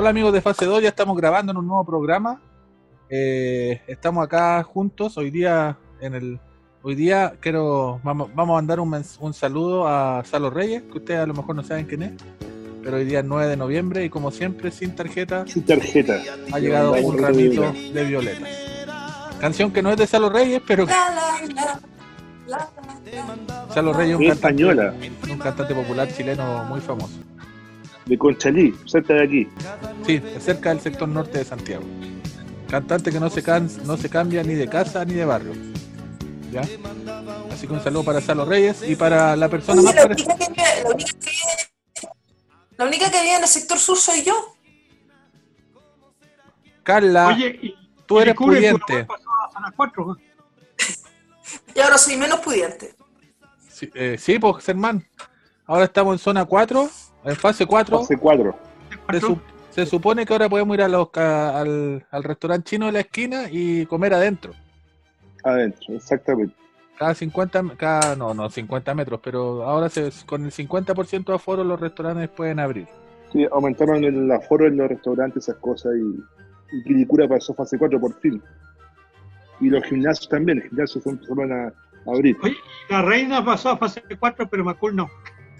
Hola amigos de Fase 2, ya estamos grabando en un nuevo programa. Estamos acá juntos. Hoy día vamos a mandar un saludo a Salo Reyes, que ustedes a lo mejor no saben quién es, pero hoy día es 9 de noviembre y como siempre, sin tarjeta, ha llegado un ramito de violetas. Canción que no es de Salo Reyes, pero Salo Reyes es un cantante popular chileno muy famoso. De Conchalí, cerca de aquí. Sí, cerca del sector norte de Santiago. Cantante que no se cambia ni de casa ni de barrio. ¿Ya? Así que un saludo para Salo Reyes y para la persona más parecida. La única que vive en el sector sur soy yo. Carla, oye, tú eres pudiente. Y ahora soy menos pudiente. Sí, pues, Germán. Ahora estamos en zona 4, en fase 4. Fase 4. Se supone que ahora podemos ir al restaurante chino de la esquina y comer adentro. Adentro, exactamente. Cada 50 metros, pero ahora con el 50% de aforo los restaurantes pueden abrir. Sí, aumentaron el aforo en los restaurantes, esas cosas, y Quilicura pasó fase 4 por fin. Y los gimnasios también, los gimnasios se van a abrir. Oye, la reina pasó a fase 4, pero Macul no.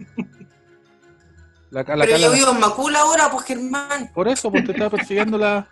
Pero yo vivo en Macul ahora, pues Germán. Por eso, pues te estaba persiguiendo la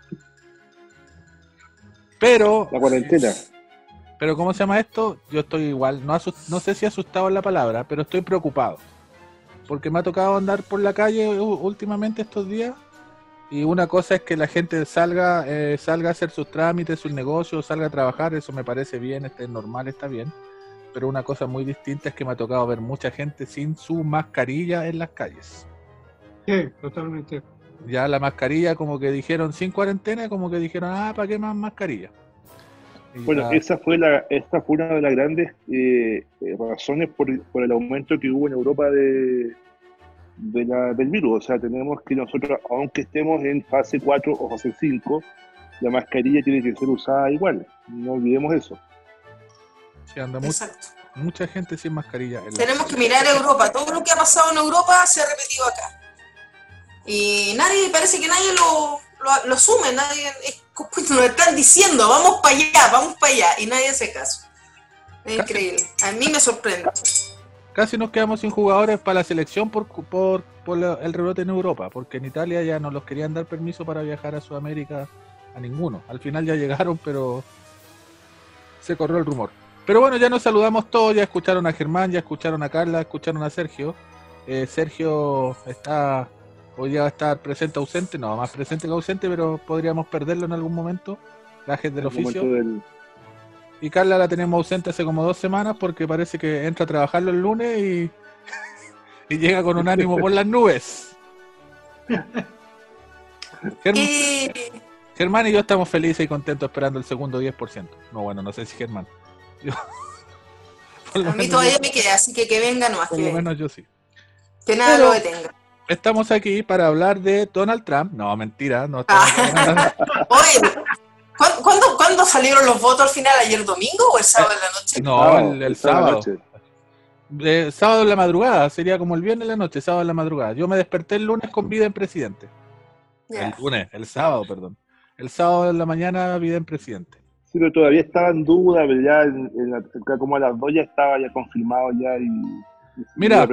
cuarentena. Pero ¿cómo se llama esto? Yo estoy igual, no sé si asustado es la palabra, pero estoy preocupado. Porque me ha tocado andar por la calle últimamente estos días. Y una cosa es que la gente salga a hacer sus trámites, sus negocios, salga a trabajar, eso me parece bien, es normal, está bien. Pero una cosa muy distinta es que me ha tocado ver mucha gente sin su mascarilla en las calles. Sí, totalmente. Ya la mascarilla, como que dijeron sin cuarentena, como que dijeron, ¿para qué más mascarilla? Y bueno, esta fue una de las grandes razones por el aumento que hubo en Europa del virus. O sea, tenemos que nosotros, aunque estemos en fase 4 o fase 5, la mascarilla tiene que ser usada igual. No olvidemos eso. Sí, anda mucha gente sin mascarilla. Tenemos que mirar a Europa. Todo lo que ha pasado en Europa se ha repetido acá. Y parece que nadie lo asume. Nos están diciendo, vamos para allá, y nadie hace caso. Es increíble. A mí me sorprende. Casi nos quedamos sin jugadores para la selección por el rebrote en Europa, porque en Italia ya no los querían dar permiso para viajar a Sudamérica a ninguno. Al final ya llegaron, pero se corrió el rumor. Pero bueno, ya nos saludamos todos, ya escucharon a Germán, ya escucharon a Carla, escucharon a Sergio. Sergio hoy día va a estar presente, ausente, no, más presente que ausente, pero podríamos perderlo en algún momento, gajes del oficio. Y Carla la tenemos ausente hace como 2 semanas porque parece que entra a trabajar los lunes y llega con un ánimo por las nubes. Germán y yo estamos felices y contentos esperando el segundo 10%. No, bueno, no sé si Germán. A mí todavía me queda, así que venga nomás. Por lo menos yo sí. Que nada lo detenga. Estamos aquí para hablar de Donald Trump. No, mentira. No Oye, ¿cuándo salieron los votos al final? ¿Ayer domingo o el sábado en la noche? No, el sábado. Sábado en la madrugada. Sería como el viernes en la noche, sábado en la madrugada. Yo me desperté el lunes con Biden presidente. Yeah. El sábado en la mañana Biden presidente. Sí, pero todavía estaba en duda, pero ya como a las 2 ya estaba ya confirmado ya y mira,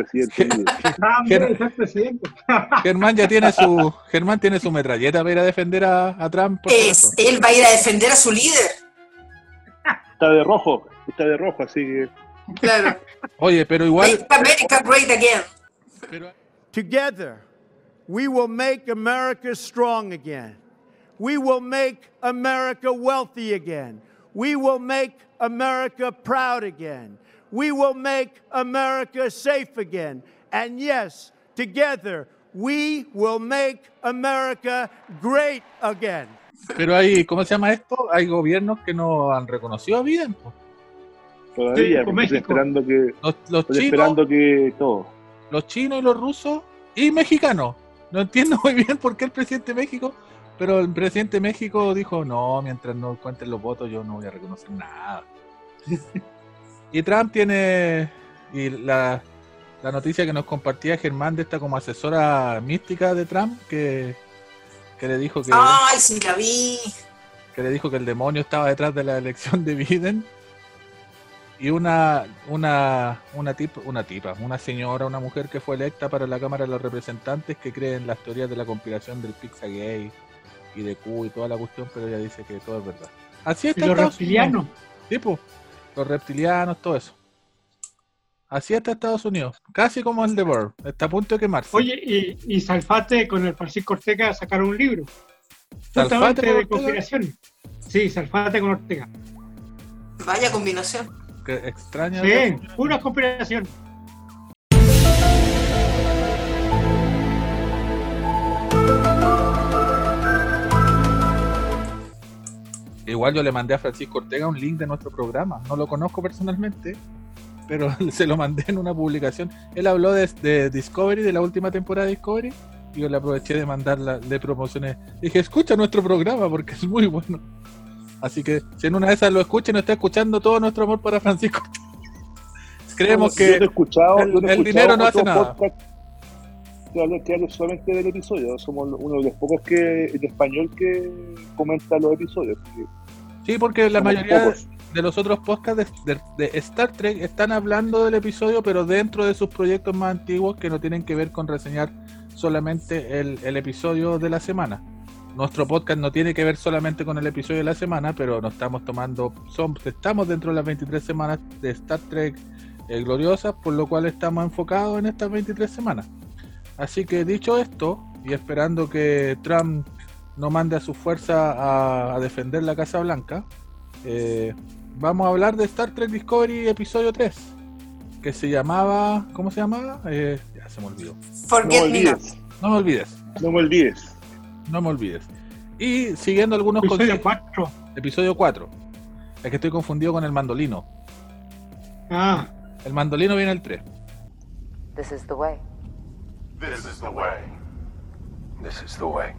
Germán tiene su metralleta para ir a defender a Trump. Él va a ir a defender a su líder. Está de rojo, así que... Claro. Oye, pero igual... Make America great again. Together, we will make America strong again. We will make America wealthy again. We will make America proud again. We will make America safe again. And yes, together, we will make America great again. Pero ¿cómo se llama esto? Hay gobiernos que no han reconocido a Biden. Todavía, estoy esperando que todo. Los chinos y los rusos y mexicanos. No entiendo muy bien por qué el presidente de México, pero el presidente de México dijo, no, mientras no cuenten los votos yo no voy a reconocer nada. Y Trump tiene, y la noticia que nos compartía Germán de esta como asesora mística de Trump, que que le dijo Ay, sí, la vi. que le dijo que el demonio estaba detrás de la elección de Biden. Y una señora, una mujer que fue electa para la Cámara de los Representantes, que cree en las teorías de la conspiración del Pizzagate y de Q y toda la cuestión, pero ella dice que todo es verdad. Así está Y los Estados reptilianos. Unidos. Tipo, los reptilianos, todo eso. Así está Estados Unidos, casi como el de Burr, está a punto de quemarse. Oye, y Salfate con el Francisco Ortega sacaron un libro. ¿Salfate Justamente con de Ortega? conspiraciones. Sí, Salfate con Ortega. Vaya combinación. Que extraña. Sí, pura conspiración. Igual yo le mandé a Francisco Ortega un link de nuestro programa, no lo conozco personalmente, pero se lo mandé en una publicación. Él habló de Discovery, de la última temporada de Discovery, y yo le aproveché de mandarla, de promociones. Dije, escucha nuestro programa porque es muy bueno. Así que si en una de esas lo escucha y no está escuchando, todo nuestro amor para Francisco Ortega. Creemos Yo no he que escuchado, el dinero no hace otro nada. podcast que habla solamente del episodio. Somos uno de los pocos en español que comenta los episodios. Sí, porque la Somos mayoría pocos. de los otros podcasts de Star Trek están hablando del episodio, pero dentro de sus proyectos más antiguos que no tienen que ver con reseñar solamente el episodio de la semana. Nuestro podcast no tiene que ver solamente con el episodio de la semana, pero nos estamos estamos dentro de las 23 semanas de Star Trek gloriosas, por lo cual estamos enfocados en estas 23 semanas. Así que dicho esto, y esperando que Trump no mande a su fuerza a defender la Casa Blanca, vamos a hablar de Star Trek Discovery episodio 3, que se llamaba... ¿Cómo se llamaba? Ya se me olvidó. Forget me not. No me olvides. No me olvides. No me olvides. Y siguiendo algunos Episodio consejos... 4. Episodio 4. Es que estoy confundido con el mandolino. Ah, El mandolino viene el 3. This is the way. This is the way. This is the way.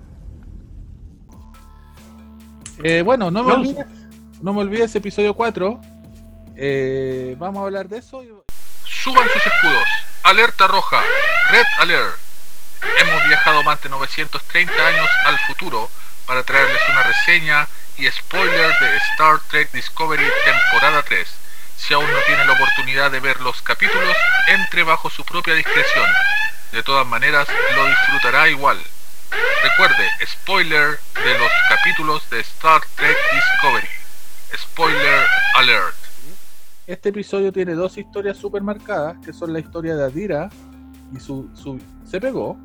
Bueno, no me No. olvides episodio 4. Vamos a hablar de eso. Suban sus escudos. Alerta roja. Red Alert. Hemos viajado más de 930 años al futuro para traerles una reseña y spoiler de Star Trek Discovery temporada 3. Si aún no tiene la oportunidad de ver los capítulos, entre bajo su propia discreción. De todas maneras, lo disfrutará igual. Recuerde, spoiler de los capítulos de Star Trek Discovery. Spoiler alert. Este episodio tiene dos historias super marcadas, que son la historia de Adira y su se pegó.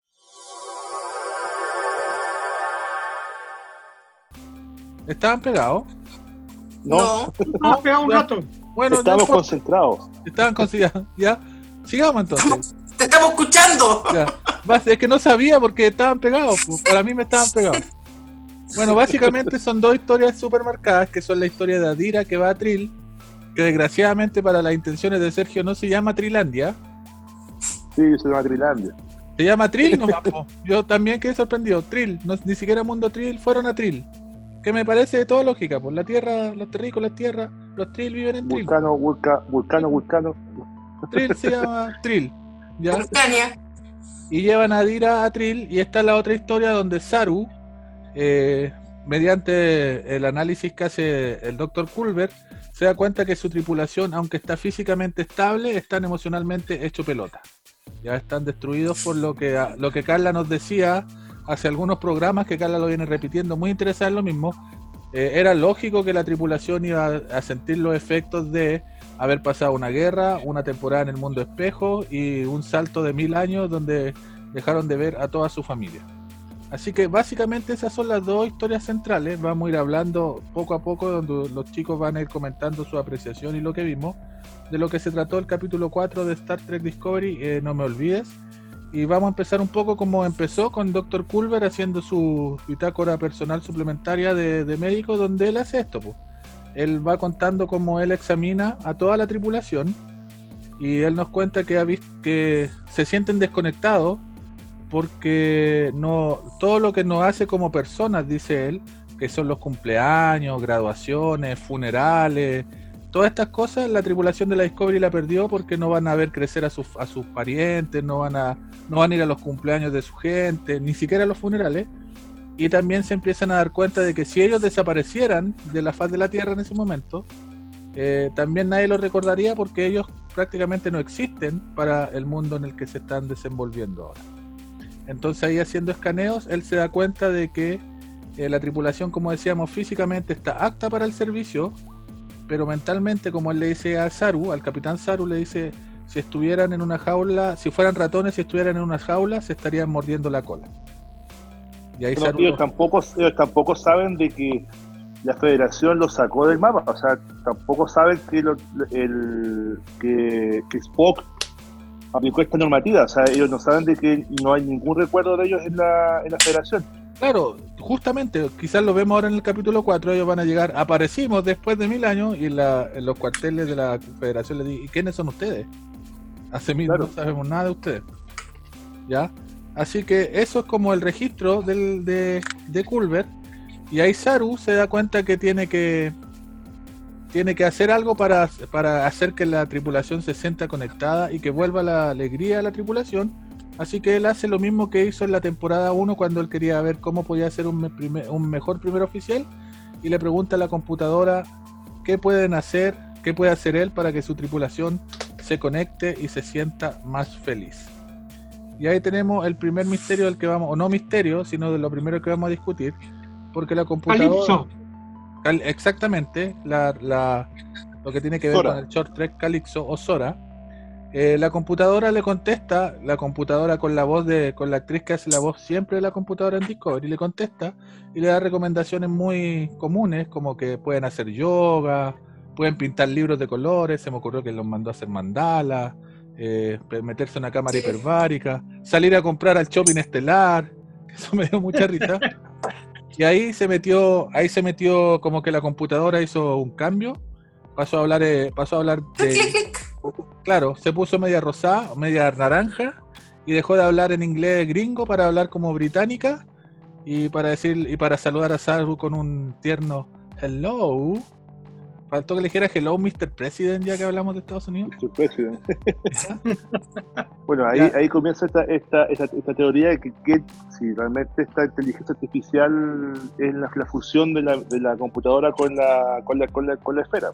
¿Estaban pegados? No, nos pegado un ya. rato. Bueno, estamos no, concentrados. estaban considerados. Ya, sigamos entonces. Te estamos escuchando. Ya. Es que no sabía porque estaban pegados. Pues, para mí me estaban pegados. Bueno, básicamente son dos historias super marcadas, que son la historia de Adira que va a Trill, que desgraciadamente para las intenciones de Sergio no se llama Trilandia, Sí, se llama Trilandia. se llama Trill nomás, po. Yo también quedé sorprendido. Trill, ni siquiera Mundo Trill, fueron a Trill. Que me parece de toda lógica, pues la Tierra, los terrícolas Tierra, los Trill viven en Trill. Vulcano. Trill se llama Trill, ¿ya? Vulcania. Y llevan a Adira a Trill, y está la otra historia donde Saru, mediante el análisis que hace el Dr. Culber, se da cuenta que su tripulación, aunque está físicamente estable, están emocionalmente hecho pelota. Ya están destruidos por lo que Carla nos decía hace algunos programas, que Carla lo viene repitiendo, muy interesada en lo mismo. Era lógico que la tripulación iba a sentir los efectos de haber pasado una guerra, una temporada en el mundo espejo y un salto de 1000 años donde dejaron de ver a toda su familia. Así que básicamente esas son las dos historias centrales. Vamos a ir hablando poco a poco, donde los chicos van a ir comentando su apreciación y lo que vimos, de lo que se trató el capítulo 4 de Star Trek Discovery, No me olvides. Y vamos a empezar un poco como empezó, con Dr. Culber haciendo su bitácora personal suplementaria de médico, donde él hace esto, pues. Él va contando cómo él examina a toda la tripulación, y él nos cuenta que ha visto que se sienten desconectados porque no todo lo que nos hace como personas, dice él, que son los cumpleaños, graduaciones, funerales, todas estas cosas, la tripulación de la Discovery la perdió porque no van a ver crecer a sus parientes, no van a ir a los cumpleaños de su gente, ni siquiera a los funerales, y también se empiezan a dar cuenta de que si ellos desaparecieran de la faz de la Tierra en ese momento, también nadie los recordaría porque ellos prácticamente no existen para el mundo en el que se están desenvolviendo ahora. Entonces ahí haciendo escaneos, él se da cuenta de que la tripulación, como decíamos, físicamente está apta para el servicio, pero mentalmente, como él le dice a Saru, al capitán Saru, le dice, si estuvieran en una jaula, si fueran ratones, si estuvieran en una jaula, se estarían mordiendo la cola. Y ahí Pero Saru ellos tampoco saben de que la Federación los sacó del mapa, o sea, tampoco saben que Spock aplicó esta normativa, o sea, ellos no saben de que no hay ningún recuerdo de ellos en la Federación. Claro, justamente, quizás lo vemos ahora en el capítulo 4, ellos van a llegar, aparecimos después de 1000 años y en los cuarteles de la Federación les dicen, ¿y quiénes son ustedes? Hace 1000 no sabemos nada de ustedes. ¿Ya? Así que eso es como el registro de Culber, y ahí Saru se da cuenta que tiene que hacer algo para hacer que la tripulación se sienta conectada y que vuelva la alegría a la tripulación. Así que él hace lo mismo que hizo en la temporada 1 cuando él quería ver cómo podía ser un mejor primer oficial, y le pregunta a la computadora qué puede hacer él para que su tripulación se conecte y se sienta más feliz. Y ahí tenemos el primer misterio del que vamos, o no misterio, sino de lo primero que vamos a discutir, porque la computadora... Calypso. Exactamente, lo que tiene que ver Zora. con el short trek Calypso o Zora. La computadora le contesta, la computadora con la actriz que hace la voz siempre de la computadora en Discovery, le contesta y le da recomendaciones muy comunes, como que pueden hacer yoga, pueden pintar libros de colores, se me ocurrió que los mandó a hacer mandalas, meterse en una cámara hiperbárica, salir a comprar al shopping estelar, eso me dio mucha risa. Y ahí se metió como que la computadora hizo un cambio, pasó a hablar de... Claro, se puso media rosada, media naranja, y dejó de hablar en inglés gringo para hablar como británica, y para saludar a Saru con un tierno hello. Faltó que le dijera hello Mr. President, ya que hablamos de Estados Unidos. Mr. President. Bueno, ahí comienza esta teoría de que si realmente esta inteligencia artificial es la fusión de la computadora con la esfera.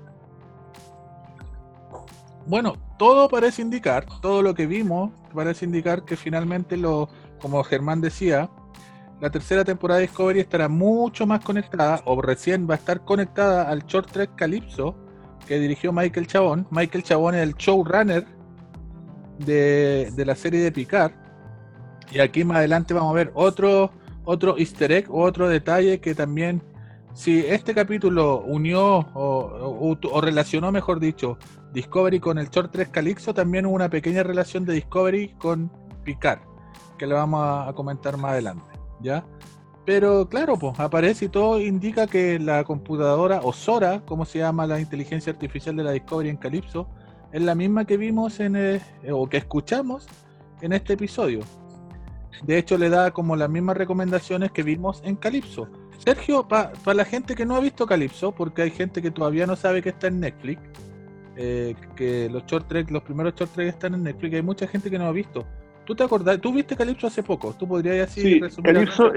Bueno, todo parece indicar, todo lo que vimos parece indicar que finalmente, como Germán decía, la tercera temporada de Discovery estará mucho más conectada, o recién va a estar conectada al short trek Calypso, que dirigió Michael Chabón. Michael Chabón es el showrunner de la serie de Picard, y aquí más adelante vamos a ver otro easter egg o otro detalle que también, si este capítulo unió o relacionó, mejor dicho, Discovery con el short trek Calypso, también hubo una pequeña relación de Discovery con Picard, que le vamos a comentar más adelante, ¿ya? Pero claro, pues aparece y todo indica que la computadora, o Zora, como se llama la inteligencia artificial de la Discovery en Calypso, es la misma que vimos o que escuchamos en este episodio. De hecho, le da como las mismas recomendaciones que vimos en Calypso. Sergio, para la gente que no ha visto Calypso, porque hay gente que todavía no sabe que está en Netflix, que los primeros short trek están en Netflix, hay mucha gente que no ha visto. ¿Tú te acordás? ¿Tú viste Calypso hace poco? ¿Tú podrías así resumir? Calypso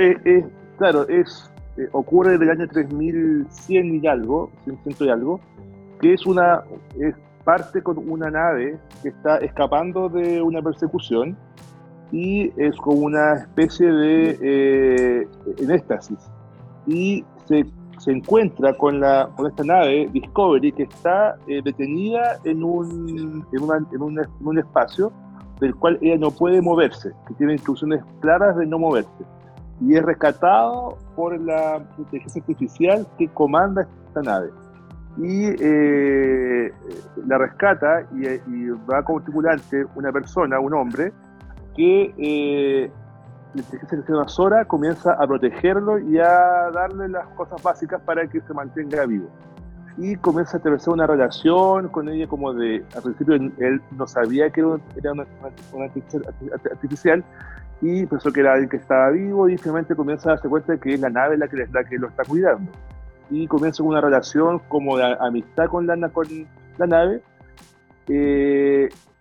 ocurre del año 3100 y algo, 100 y algo, que es parte con una nave que está escapando de una persecución y es como una especie de en éxtasis, y se encuentra con esta nave Discovery que está detenida en un espacio del cual ella no puede moverse, que tiene instrucciones claras de no moverse, y es rescatado por la inteligencia artificial que comanda esta nave, y la rescata y va como tripulante una persona, un hombre, que la inteligencia artificial Zora comienza a protegerlo y a darle las cosas básicas para que se mantenga vivo. Y comienza a establecer una relación con ella, como de, al principio él no sabía que era una inteligencia artificial, y pensó que era alguien que estaba vivo, y finalmente comienza a darse cuenta de que es la nave la que lo está cuidando. Y comienza una relación como de amistad con la nave,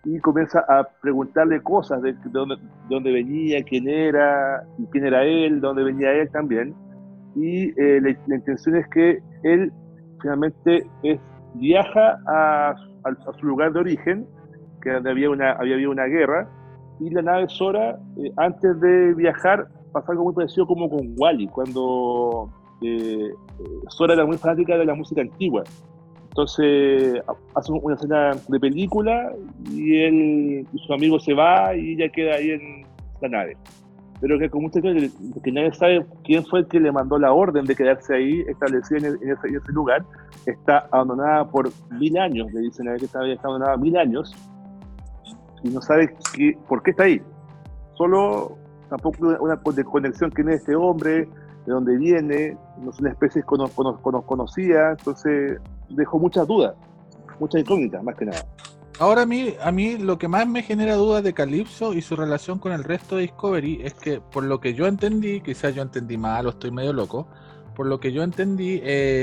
y comienza a preguntarle cosas de dónde venía, quién era él, dónde venía él también. Y la intención es que él finalmente viaja a su lugar de origen, que donde había habido una guerra, y la nave Zora, antes de viajar, pasa algo muy parecido como con Wall-E, cuando Zora era muy fanática de la música antigua. Entonces hace una escena de película y él y su amigo se va y ella queda ahí en la nave. Pero que como usted cree que nadie sabe quién fue el que le mandó la orden de quedarse ahí, establecida en ese lugar, está abandonada por 1000 años, le dicen a él que está abandonada 1000 años, y no sabe por qué está ahí. Solo tampoco una conexión, quién es este hombre, de dónde viene, no son especies que nos conocía, entonces dejó muchas dudas, muchas incógnitas, más que nada. Ahora a mí lo que más me genera dudas de Calypso y su relación con el resto de Discovery es que, por lo que yo entendí, quizás yo entendí mal o estoy medio loco, por lo que yo entendí,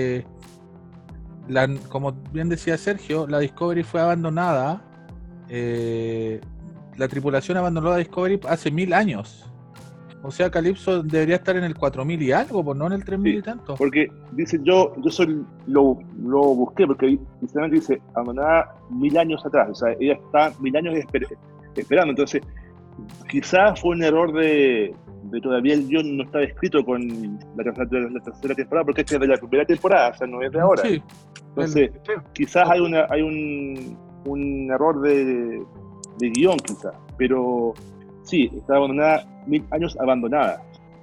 como bien decía Sergio, la Discovery fue abandonada, la tripulación abandonó la Discovery hace 1000 años. O sea, Calypso debería estar en el 4000 y algo, pues no en el 3000 y tanto. Porque dice, yo lo busqué, porque literalmente dice abandonada 1000 años atrás, o sea, ella está 1000 años esperando. Entonces, quizás fue un error de todavía el guión no estaba escrito con la tercera temporada, porque este es de la primera temporada, o sea, no es de ahora. Sí. Entonces, quizás hay un error de guión, quizás, pero sí, está abandonada 1000 años abandonada.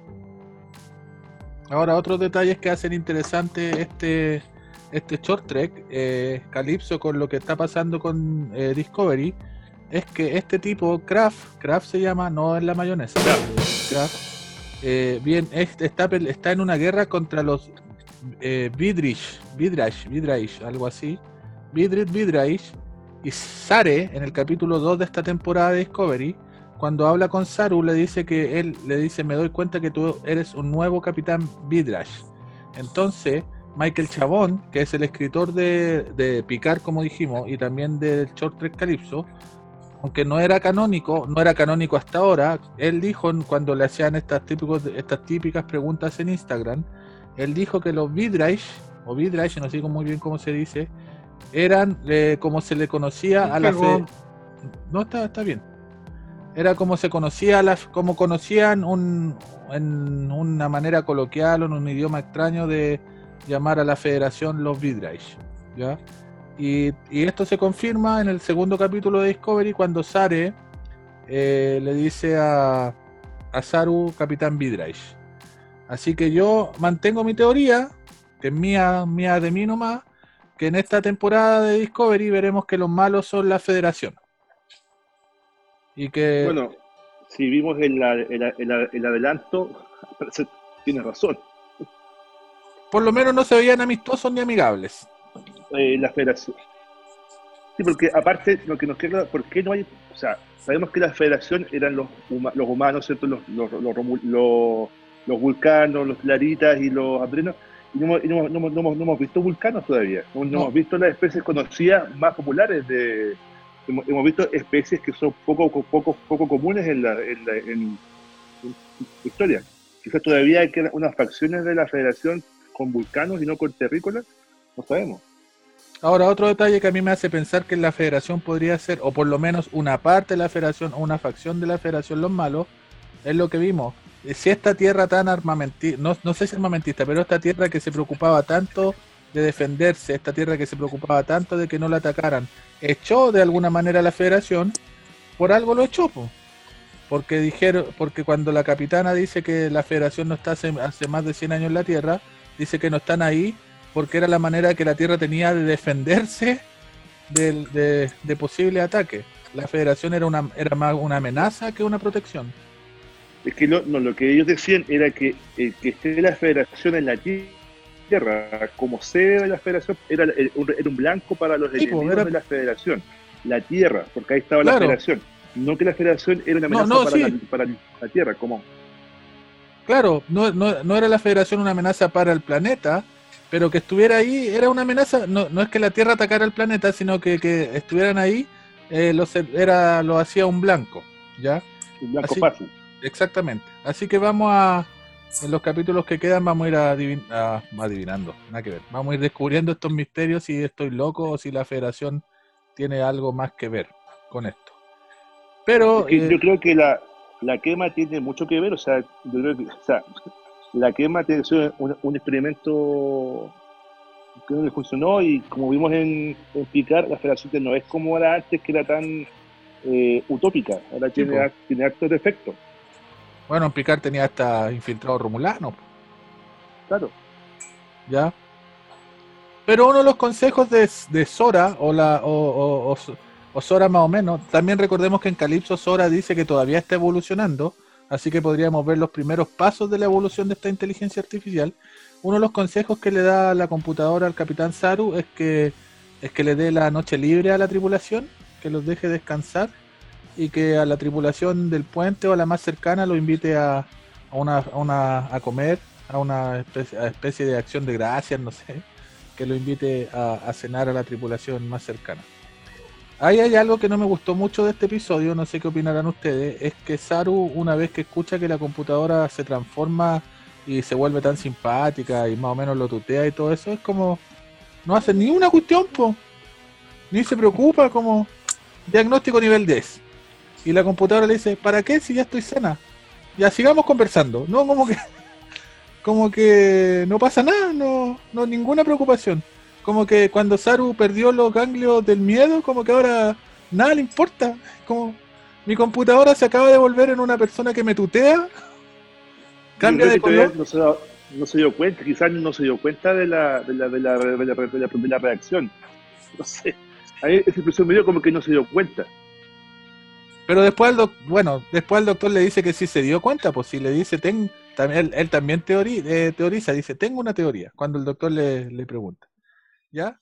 Ahora, otros detalles que hacen interesante este short trek, Calypso, con lo que está pasando con Discovery, es que este tipo, Kraft se llama, no es la mayonesa, Kraft, está en una guerra contra los Vidraish, algo así, Vidraish, y Sare, en el capítulo 2 de esta temporada de Discovery, cuando habla con Saru, le dice, me doy cuenta que tú eres un nuevo capitán Vidraish. Entonces, Michael Chabón, que es el escritor de Picard, como dijimos, y también del short trek Calypso, aunque no era canónico hasta ahora, él dijo, cuando le hacían estas típicas preguntas en Instagram, él dijo que los Vidraish, no sé muy bien cómo se dice, eran como se le conocía a la fe. No, está bien. Era como se conocía, como conocían en una manera coloquial o en un idioma extraño de llamar a la federación los Vidraish, ¿ya? Y esto se confirma en el segundo capítulo de Discovery, cuando Sare le dice a Saru capitán Vidraish. Así que yo mantengo mi teoría, que es mía de mí nomás, que en esta temporada de Discovery veremos que los malos son la federación. Y que... Bueno, si vimos el adelanto, tienes razón. Por lo menos no se veían amistosos ni amigables. La federación. Sí, porque aparte, lo que nos queda, ¿por qué no hay? O sea, sabemos que la federación eran los humanos, ¿cierto? Los vulcanos, los claritas y los adrenos. Y no hemos visto vulcanos todavía. No hemos visto las especies conocidas más populares hemos visto especies que son poco comunes en la historia. Quizás todavía hay unas facciones de la federación con vulcanos y no con terrícolas, no sabemos. Ahora, otro detalle que a mí me hace pensar que la federación podría ser, o por lo menos una parte de la federación o una facción de la federación, los malos, es lo que vimos. Si esta tierra tan armamentista, no sé si armamentista, pero esta tierra que se preocupaba tanto de defenderse, esta tierra que se preocupaba tanto de que no la atacaran, echó de alguna manera a la federación, por algo lo echó, porque cuando la capitana dice que la federación no está hace más de 100 años en la tierra, dice que no están ahí porque era la manera que la tierra tenía de defenderse de posible ataque. La federación era más una amenaza que una protección. Es que lo que ellos decían era que esté la federación en la tierra como sede de la federación era un blanco para los enemigos de la federación, la tierra, porque ahí estaba la federación, no que la federación era una amenaza para la tierra, como claro, no era la federación una amenaza para el planeta, pero que estuviera ahí era una amenaza. No es que la tierra atacara al planeta, sino que estuvieran ahí lo hacía un blanco, ¿ya? Un blanco Así- fácil. Exactamente. Así que en los capítulos que quedan vamos a ir adivinando, nada que ver. Vamos a ir descubriendo estos misterios, si estoy loco o si la Federación tiene algo más que ver con esto. Pero Es que yo creo que la quema tiene mucho que ver, o sea, yo creo que, o sea, la quema tiene que ser un experimento que no le funcionó y como vimos en Picard, la Federación no es como era antes, que era tan utópica, ahora Sí, po. tiene actos de efecto, bueno, en Picard tenía hasta infiltrado romulano, claro. ¿ya? Pero uno de los consejos de Sora, o Sora más o menos, también recordemos que en Calypso Sora dice que todavía está evolucionando, así que podríamos ver los primeros pasos de la evolución de esta inteligencia artificial. Uno de los consejos que le da la computadora al Capitán Saru es que le dé la noche libre a la tripulación, que los deje descansar y que a la tripulación del puente o a la más cercana lo invite a comer, a una especie de acción de gracias, no sé, que lo invite a cenar a la tripulación más cercana. Ahí hay algo que no me gustó mucho de este episodio, no sé qué opinarán ustedes, es que Saru, una vez que escucha que la computadora se transforma y se vuelve tan simpática y más o menos lo tutea y todo eso, es como, no hace ni una cuestión, po, ni se preocupa, como diagnóstico nivel 10. Y la computadora le dice, ¿para qué si ya estoy sana? Ya sigamos conversando, no, como que no pasa nada, no ninguna preocupación. Como que cuando Saru perdió los ganglios del miedo, como que ahora nada le importa. Como mi computadora se acaba de volver en una persona que me tutea, cambia Yo creo de que todavía color. no se dio cuenta, quizás no se dio cuenta de la reacción. No sé. A mí esa impresión me dio como que no se dio cuenta. Pero después después el doctor le dice que sí se dio cuenta, pues si le dice, él también teoriza, dice, tengo una teoría, cuando el doctor le pregunta. ¿Ya?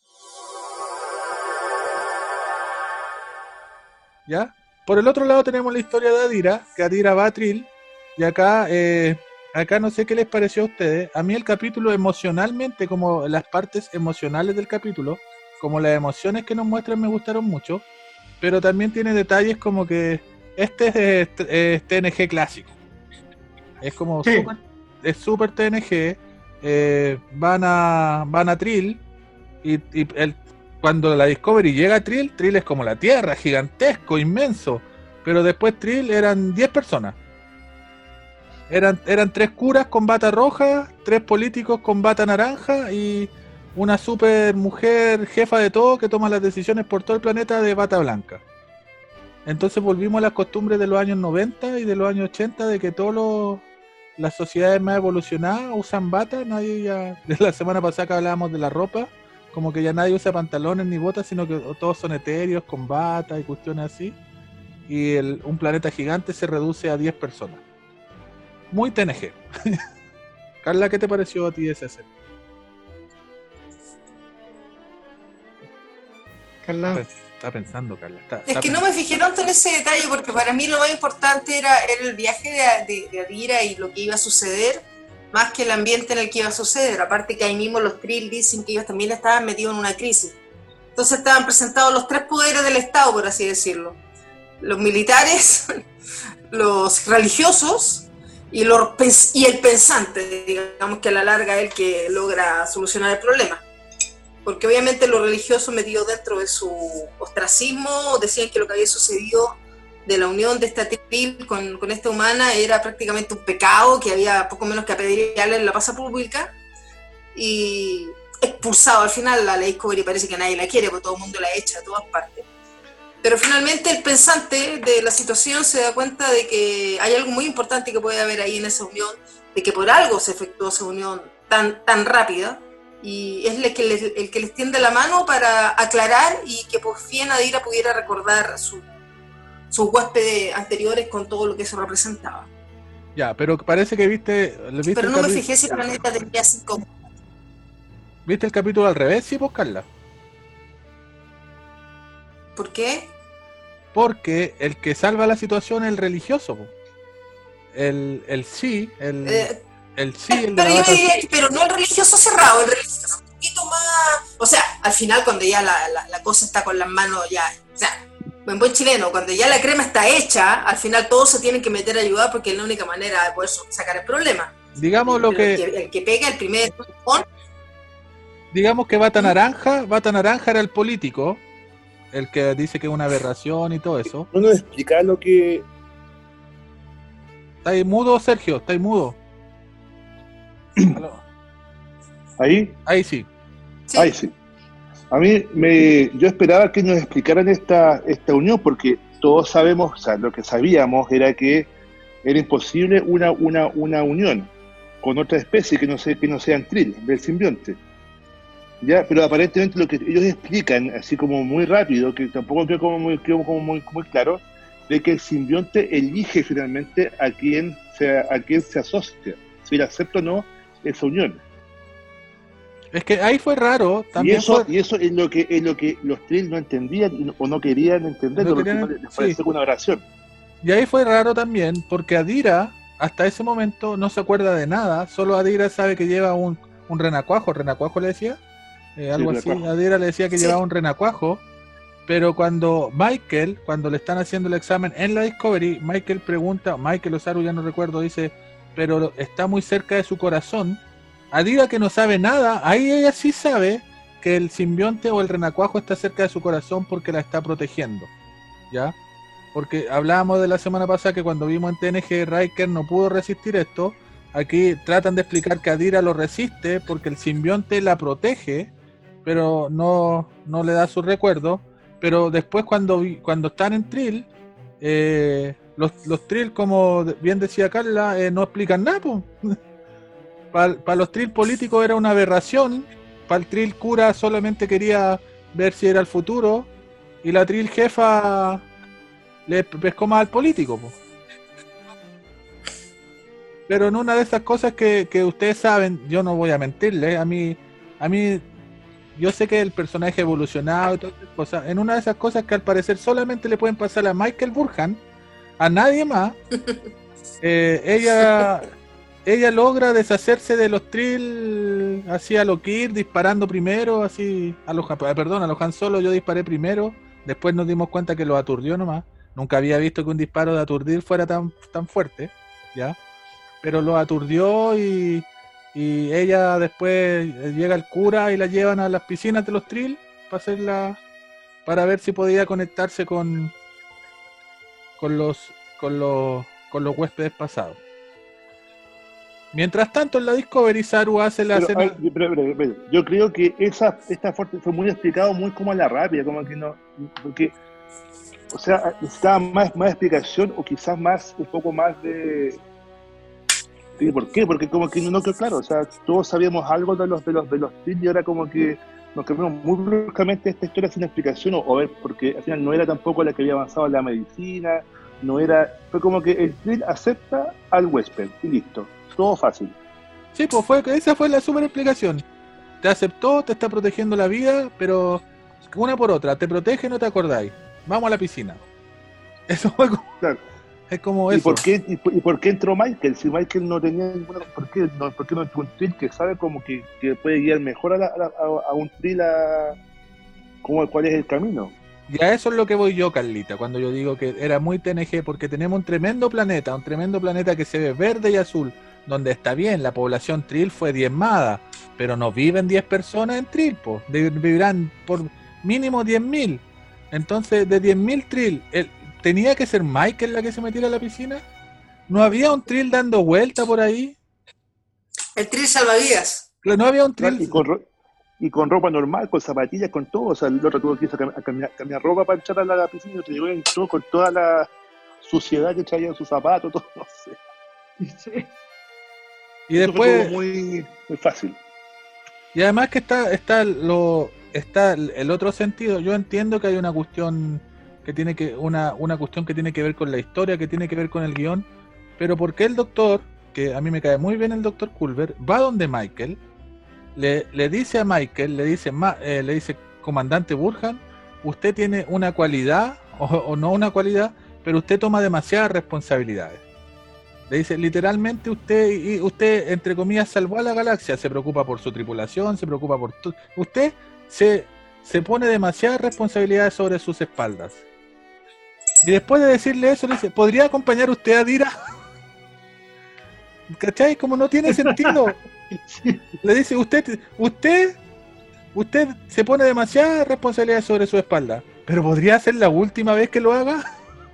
¿Ya? Por el otro lado tenemos la historia de Adira, que Adira va a Trill, y acá no sé qué les pareció a ustedes. A mí el capítulo emocionalmente, como las partes emocionales del capítulo, como las emociones que nos muestran, me gustaron mucho, pero también tiene detalles como que este es TNG clásico. Es como Sí. súper TNG. Van a Trill y cuando la Discovery llega a Trill es como la Tierra, gigantesco, inmenso. Pero después Trill eran 10 personas. Eran 3 curas con bata roja, 3 políticos con bata naranja y una super mujer jefa de todo que toma las decisiones por todo el planeta de bata blanca. Entonces volvimos a las costumbres de los años 90 y de los años 80 de que las sociedades más evolucionadas usan bata. Nadie ya, de la semana pasada que hablábamos de la ropa, como que ya nadie usa pantalones ni botas, sino que todos son etéreos con bata y cuestiones así. Y un planeta gigante se reduce a 10 personas. Muy TNG. Carla, ¿qué te pareció a ti esa escena? Carla. Está pensando, Carla. Es que no me fijé tanto en ese detalle porque para mí lo más importante era el viaje de Adira y lo que iba a suceder, más que el ambiente en el que iba a suceder. Aparte que ahí mismo los Trill dicen que ellos también estaban metidos en una crisis. Entonces estaban presentados los 3 poderes del Estado, por así decirlo. Los militares, los religiosos y el pensante, digamos que a la larga es el que logra solucionar el problema. Porque obviamente los religiosos metidos dentro de su ostracismo decían que lo que había sucedido de la unión de esta Trill con esta humana era prácticamente un pecado, que había poco menos que apedrearle en la plaza pública y expulsado. Al final la Discovery parece que nadie la quiere porque todo el mundo la echa de todas partes. Pero finalmente el pensante de la situación se da cuenta de que hay algo muy importante que puede haber ahí en esa unión, de que por algo se efectuó esa unión tan rápida. Y es el que les tiende la mano para aclarar y que por fin Adira pudiera recordar sus huéspedes anteriores con todo lo que eso representaba. Ya, pero parece que viste pero no me fijé si el planeta tenía 5. ¿Viste el capítulo al revés? Sí, pues, Carla. ¿Por qué? Porque el que salva la situación es el religioso, po. El sí de pero la yo bata. diría que, pero no el religioso cerrado, el religioso un poquito más, o sea, al final cuando ya la cosa está con las manos ya, o sea, en buen chileno, cuando ya la crema está hecha, al final todos se tienen que meter a ayudar porque es la única manera de poder sacar el problema. Digamos lo que... El que pega el primer empujón. Digamos que Bata Naranja era el político, el que dice que es una aberración y todo eso. ¿No nos explica lo que... ¿Está ahí mudo, Sergio? ¿Está ahí mudo? ¿Ahí? Ahí sí. Sí. Ahí sí. A mí, yo esperaba que nos explicaran esta unión, porque todos sabemos, o sea, lo que sabíamos era que era imposible una unión con otra especie que no sean Trill, del simbionte. ¿Ya? Pero aparentemente lo que ellos explican, así como muy rápido, que tampoco quedó como muy claro, de que el simbionte elige finalmente a quién se asocia, si él acepta o no esa unión. Es que ahí fue raro. También Y eso es lo que los Trill no entendían o no querían entender, les pareció una aberración. Y ahí fue raro también, porque Adira, hasta ese momento, no se acuerda de nada, solo Adira sabe que lleva un renacuajo le decía, algo así, Adira le decía que llevaba un renacuajo, pero cuando le están haciendo el examen en la Discovery, Michael Osaru, ya no recuerdo, dice, pero está muy cerca de su corazón. Adira, que no sabe nada, ahí ella sí sabe que el simbionte o el renacuajo está cerca de su corazón porque la está protegiendo, ¿ya? Porque hablábamos de la semana pasada que cuando vimos en TNG Riker no pudo resistir esto. Aquí tratan de explicar que Adira lo resiste porque el simbionte la protege, pero no le da su recuerdo. Pero después cuando están en Trill, los Trill, como bien decía Carla, no explican nada, po. Para los Trill políticos era una aberración, para el Trill cura solamente quería ver si era el futuro, y la Trill jefa le pescó más al político, po. Pero en una de esas cosas que ustedes saben, yo no voy a mentirle, a mí yo sé que el personaje evolucionado y todas esas cosas, en una de esas cosas que al parecer solamente le pueden pasar a Michael Burhan, a nadie más, ella logra deshacerse de los Trill así a lo Kirk, disparando primero, así a los Han Solo yo disparé primero, después nos dimos cuenta que lo aturdió nomás. Nunca había visto que un disparo de aturdir fuera tan fuerte, ¿ya? Pero lo aturdió y ella después llega el cura y la llevan a las piscinas de los Trill para ver si podía conectarse con los huéspedes pasados. Mientras tanto, en la Discovery, Saru hace la escena... Pero, yo creo que esta fuerte fue muy explicado, muy como a la rápida, como que no... Porque, o sea, necesitaba más explicación o quizás un poco más de... ¿Por qué? Porque como que no quedó claro, o sea, todos sabíamos algo de los Trill y ahora como que nos cambiamos muy bruscamente esta historia sin explicación o ver, porque al final no era tampoco la que había avanzado en la medicina, fue como que el Trill acepta al huésped y listo. Todo fácil. Sí, pues esa fue la super explicación. Te aceptó, te está protegiendo la vida, pero una por otra, te protege y no te acordáis. Vamos a la piscina. Eso fue como... Claro. Es como ¿Y eso. por qué entró Michael? Si Michael no tenía ninguna... ¿Por qué no entró un Trill que sabe como que puede guiar mejor a un Trill cuál es el camino? Y a eso es lo que voy yo, Carlita, cuando yo digo que era muy TNG, porque tenemos un tremendo planeta que se ve verde y azul, donde está bien, la población Trill fue diezmada, pero no viven 10 personas en Trill, pues, vivirán por mínimo 10.000. Entonces, de 10.000 Trill, ¿tenía que ser Michael la que se metiera a la piscina? ¿No había un Trill dando vuelta por ahí? El Trill salvavidas. No había un Trill... Y con ropa normal, con zapatillas, con todo. O sea, el otro tuvo que irse a cambiar ropa para entrar a la piscina y otro llegó y entró con toda la suciedad que traía en sus zapatos, todo, no sé. Sí. Y después... Muy fácil. Y además que está el otro sentido. Yo entiendo que hay una cuestión que tiene una cuestión que tiene que ver con la historia, que tiene que ver con el guión, pero ¿por qué el doctor, que a mí me cae muy bien el doctor Culber, va donde Michael, le dice a Michael, le dice comandante Burhan, usted tiene una cualidad o no una cualidad, pero usted toma demasiadas responsabilidades? Le dice, literalmente usted entre comillas salvó a la galaxia, se preocupa por su tripulación, se preocupa por usted se pone demasiadas responsabilidades sobre sus espaldas. Y después de decirle eso, le dice, ¿podría acompañar usted a Dira? ¿Cachai? Como no tiene sentido. Le dice, usted se pone demasiada responsabilidad sobre su espalda, pero ¿podría ser la última vez que lo haga?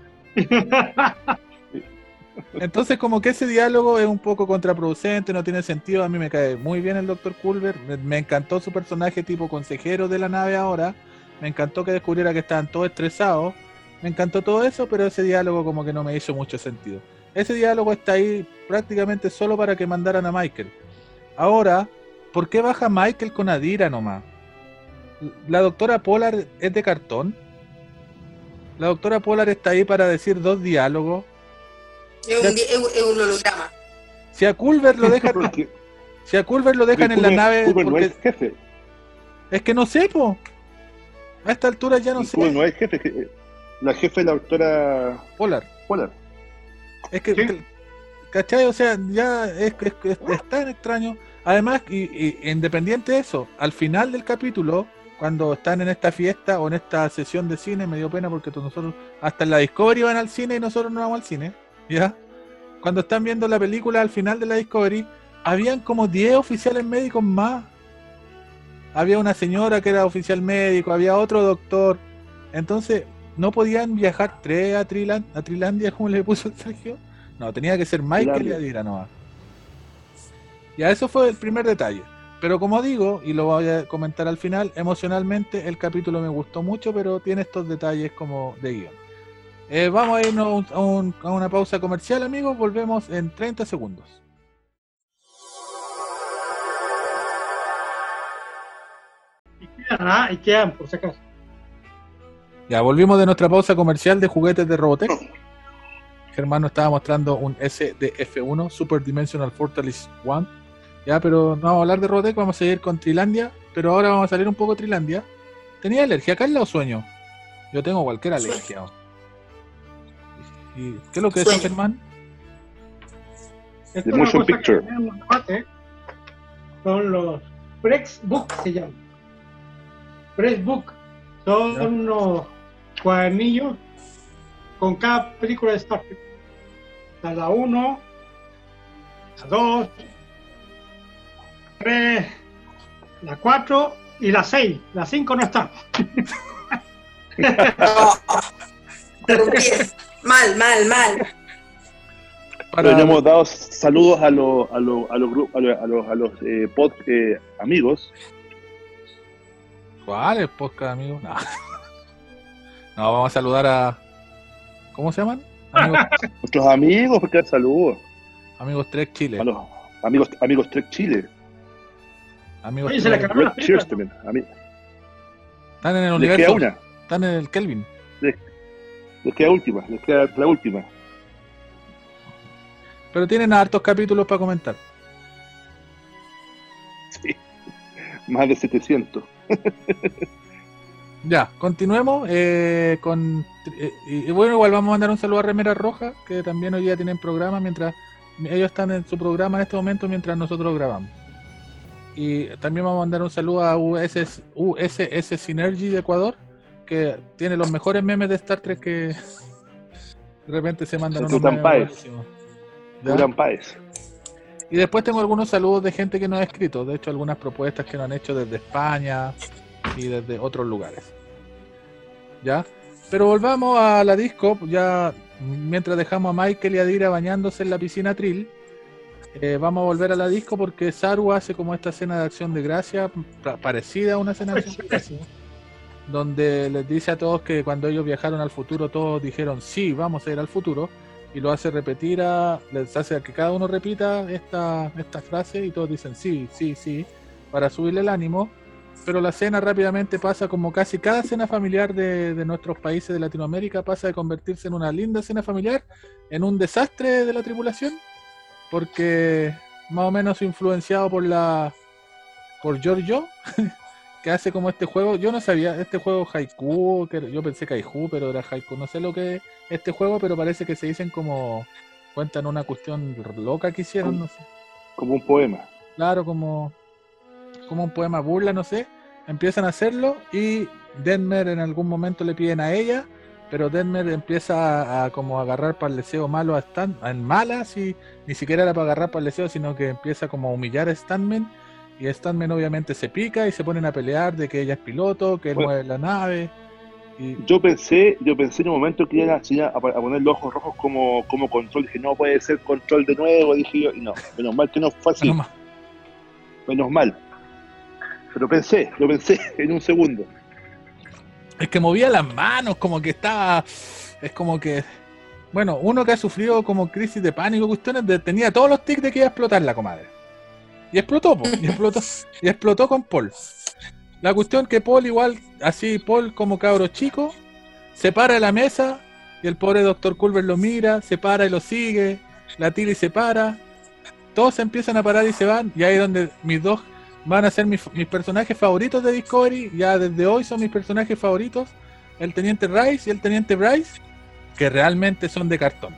Entonces como que ese diálogo es un poco contraproducente, no tiene sentido. A mí me cae muy bien el Dr. Culber, me encantó su personaje tipo consejero de la nave ahora, me encantó que descubriera que estaban todos estresados, me encantó todo eso, pero ese diálogo como que no me hizo mucho sentido. Ese diálogo está ahí prácticamente solo para que mandaran a Michael. Ahora, ¿por qué baja Michael con Adira nomás? La doctora Pollard es de cartón. La doctora Pollard está ahí para decir 2 diálogos. Es un holograma. Si a Culber lo dejan, si a Culber lo dejan en la nave, Culber no porque es jefe. es que no sé, po. A esta altura ya no sé. Culber no es jefe. La jefe es la doctora Pollard. Es que, ¿Sí? ¿cachai? O sea, ya es tan extraño. Además, y independiente de eso, al final del capítulo, cuando están en esta fiesta o en esta sesión de cine, me dio pena porque nosotros, hasta en la Discovery van al cine y nosotros no vamos al cine, ¿ya? Cuando están viendo la película al final de la Discovery, habían como 10 oficiales médicos más. Había una señora que era oficial médico, había otro doctor. Entonces, ¿no podían viajar 3 a Trilandia, como le puso el Sergio? No, tenía que ser Michael y Adira nomás. Ya, eso fue el primer detalle. Pero como digo, y lo voy a comentar al final, emocionalmente el capítulo me gustó mucho, pero tiene estos detalles como de guión. Vamos a irnos a una pausa comercial, amigos. Volvemos en 30 segundos. Y quedan, por si acaso. Ya, volvimos de nuestra pausa comercial de juguetes de Robotech. Germán nos estaba mostrando un SDF1, Super Dimensional Fortress 1. Ya, pero no vamos a hablar de Robotech, vamos a seguir con Trilandia. Pero ahora vamos a salir un poco de Trilandia. ¿Tenía alergia, Carla, o sueño? Yo tengo cualquier alergia. ¿Y qué es lo que es, Germán? Esto es The una Motion cosa que Picture. tenemos en debate. Son los Press Book, se llaman. Press Book. Son Ya. unos cuadernillos con cada película de Star Trek. Está la 1, la 2, 3, la 4 y la 6. La 5 no está. Interrumpí. Mal. Para... Le hemos dado saludos a los amigos. ¿Cuál es podcast, amigo? No. No, vamos a saludar a... ¿Cómo se llaman? Nuestros amigos, porque saludos. Amigos Trek Chile. A los amigos Trek Chile. Amigos Oye, se le Trek. acabó la Cheers película. también. Están en el Les universo. queda una. Están en el Kelvin. Les queda la última. Pero tienen hartos capítulos para comentar. Sí. Más de 700. Ya, continuemos con... y bueno, igual vamos a mandar un saludo a Remera Roja, que también hoy día tienen programa, mientras ellos están en su programa en este momento mientras nosotros grabamos. Y también vamos a mandar un saludo a USS Synergy de Ecuador, que tiene los mejores memes de Star Trek, que de repente se mandan unos Tutan memes Páez. buenísimos. ¿Ya? Gran Páez. Y después tengo algunos saludos de gente que nos ha escrito, de hecho algunas propuestas que nos han hecho desde España y desde otros lugares. ¿Ya? Pero volvamos a la disco, ya mientras dejamos a Michael y a Dira bañándose en la piscina Trill, vamos a volver a la disco porque Saru hace como esta escena de acción de gracia, parecida a una escena de acción de gracia, donde les dice a todos que cuando ellos viajaron al futuro todos dijeron sí, vamos a ir al futuro, y lo hace repetir, les hace que cada uno repita esta frase y todos dicen sí, para subirle el ánimo. Pero la escena rápidamente pasa, como casi cada cena familiar de nuestros países de Latinoamérica, pasa de convertirse en una linda cena familiar en un desastre de la tripulación, porque más o menos influenciado por Giorgio, que hace como este juego. Yo no sabía, este juego Haiku, que yo pensé Kaiju, pero era Haiku, no sé lo que es este juego, pero parece que se dicen como, cuentan una cuestión loca que hicieron, no sé. Como un poema. Claro, como un poema burla, no sé. Empiezan a hacerlo y Denmer en algún momento le piden a ella pero Detmer empieza a como agarrar para el deseo malo a Stan, en malas, y ni siquiera era para agarrar para el deseo, sino que empieza como a humillar a Stanman, y Stanman obviamente se pica y se ponen a pelear de que ella es piloto, que él Bueno. mueve la nave. Y Yo pensé en un momento que iban a poner los ojos rojos como control. Dije, no puede ser control de nuevo, dije yo, y no, menos mal que no fue así, bueno, menos mal. Pero lo pensé en un segundo. es que movía las manos, como que estaba, es como que, bueno, uno que ha sufrido como crisis de pánico, cuestiones, tenía todos los tics de que iba a explotar la comadre. Y explotó, y explotó con Paul. La cuestión que Paul igual, así Paul como cabro chico, se para de la mesa y el pobre Dr. Culver lo mira, se para y lo sigue, la Tilly se para, todos se empiezan a parar y se van, y ahí es donde mis dos van a ser mis personajes favoritos de Discovery, ya desde hoy son mis personajes favoritos, el Teniente Rice y el Teniente Bryce, que realmente son de cartón.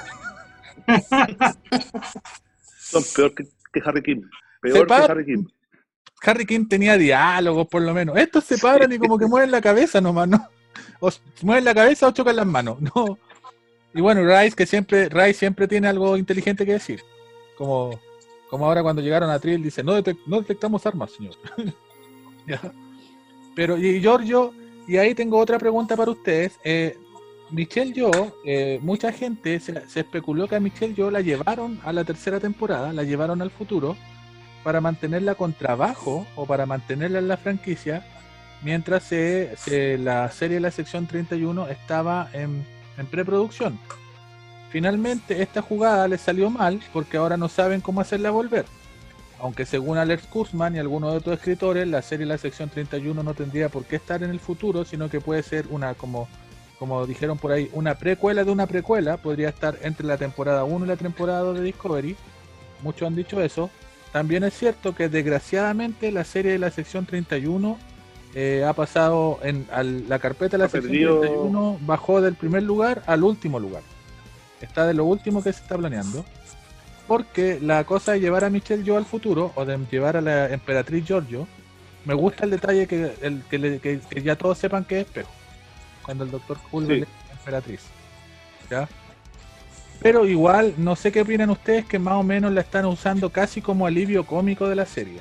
Son peor que Harry Kim. Se Peor que para- Harry Kim. Harry King tenía diálogos por lo menos. Estos se paran y como que mueven la cabeza nomás, ¿no? O mueven la cabeza o chocan las manos, ¿no? Y bueno, Rice siempre tiene algo inteligente que decir. Como ahora cuando llegaron a Trill dice, no detectamos armas, señor. ¿Ya? Pero, y Giorgio, y ahí tengo otra pregunta para ustedes. Michelle Yeoh, mucha gente se especuló que a Michelle Yeoh la llevaron a la tercera temporada, la llevaron al futuro, para mantenerla con trabajo o para mantenerla en la franquicia, mientras la serie de la sección 31 estaba en preproducción. Finalmente esta jugada les salió mal porque ahora no saben cómo hacerla volver. Aunque según Alex Kurtzman y algunos de otros escritores, la serie de la sección 31 no tendría por qué estar en el futuro, sino que puede ser una, como dijeron por ahí, una precuela de una precuela, podría estar entre la temporada 1 y la temporada 2 de Discovery. Muchos han dicho eso. También es cierto que desgraciadamente la serie de la sección 31 ha pasado a la carpeta de la sección 31, bajó del primer lugar al último lugar. Está de lo último que se está planeando. Porque la cosa de llevar a Michelle Yeoh al futuro, o de llevar a la emperatriz Giorgio, me gusta el detalle que ya todos sepan que es espejo. Cuando el doctor Culver le dice emperatriz. ¿Ya? Pero igual, no sé qué opinan ustedes, que más o menos la están usando casi como alivio cómico de la serie.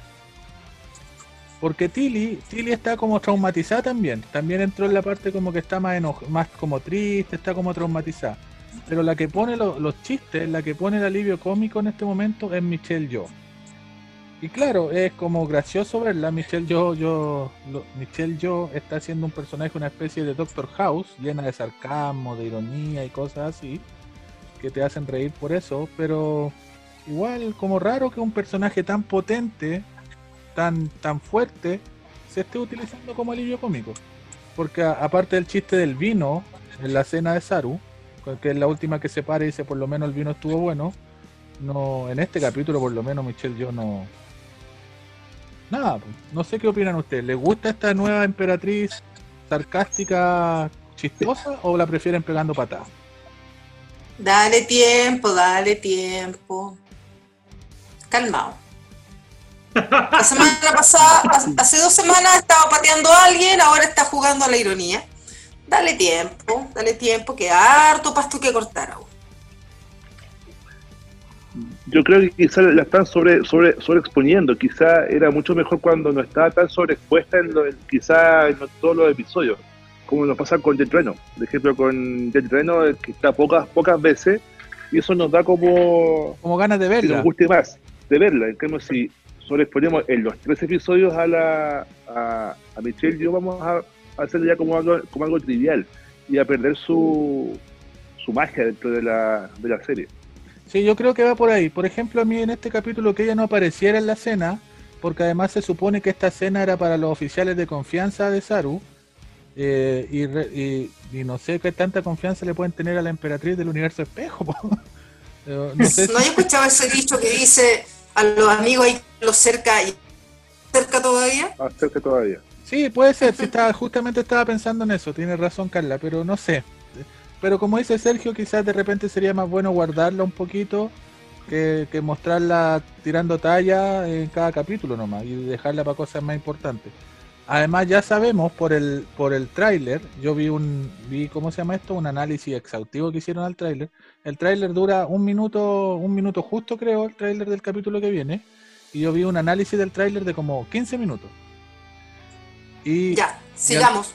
Porque Tilly está como traumatizada también. También entró en la parte como que está más como triste, está como traumatizada. Pero la que pone los chistes, la que pone el alivio cómico en este momento es Michelle Yeoh. Y claro, es como gracioso verla. Michelle Yeoh está haciendo un personaje, una especie de Doctor House, llena de sarcasmo, de ironía y cosas así, que te hacen reír por eso, pero igual como raro que un personaje tan potente, tan fuerte, se esté utilizando como alivio cómico. Porque aparte del chiste del vino en la cena de Saru, que es la última que se para y dice por lo menos el vino estuvo bueno, no, en este capítulo por lo menos Michelle Yeoh nada, no sé qué opinan ustedes. ¿Les gusta esta nueva emperatriz sarcástica, chistosa, o la prefieren pegando patadas? Dale tiempo. Calmado. La semana pasada, hace 2 semanas estaba pateando a alguien, ahora está jugando a la ironía. Dale tiempo, que harto pasto que cortar aún. Yo creo que quizás la están sobreexponiendo. Quizá era mucho mejor cuando no estaba tan sobreexpuesta en todos los episodios, como nos pasa con Jet Reno. Por ejemplo, con Jet Reno, que está pocas veces, y eso nos da como ganas de verla. Que nos guste más de verla. En cambio, si sobreexponemos en los 3 episodios a Michelle Yeoh, vamos a hacerlo ya como algo trivial y a perder su magia dentro de la serie. Sí, yo creo que va por ahí. Por ejemplo, a mí en este capítulo que ella no apareciera en la cena, porque además se supone que esta cena era para los oficiales de confianza de Saru, y no sé qué tanta confianza le pueden tener a la emperatriz del universo espejo. No sé ¿No he escuchado ese dicho que dice a los amigos hay los cerca todavía? Cerca todavía. Sí, puede ser. Sí, justamente estaba pensando en eso. Tiene razón, Carla, pero no sé. Pero como dice Sergio, quizás de repente sería más bueno guardarla un poquito que mostrarla tirando talla en cada capítulo nomás y dejarla para cosas más importantes. Además ya sabemos por el tráiler, yo vi ¿cómo se llama esto? Un análisis exhaustivo que hicieron al tráiler. El tráiler dura un minuto justo, creo, el tráiler del capítulo que viene. Y yo vi un análisis del tráiler de como 15 minutos. Y Ya, sigamos.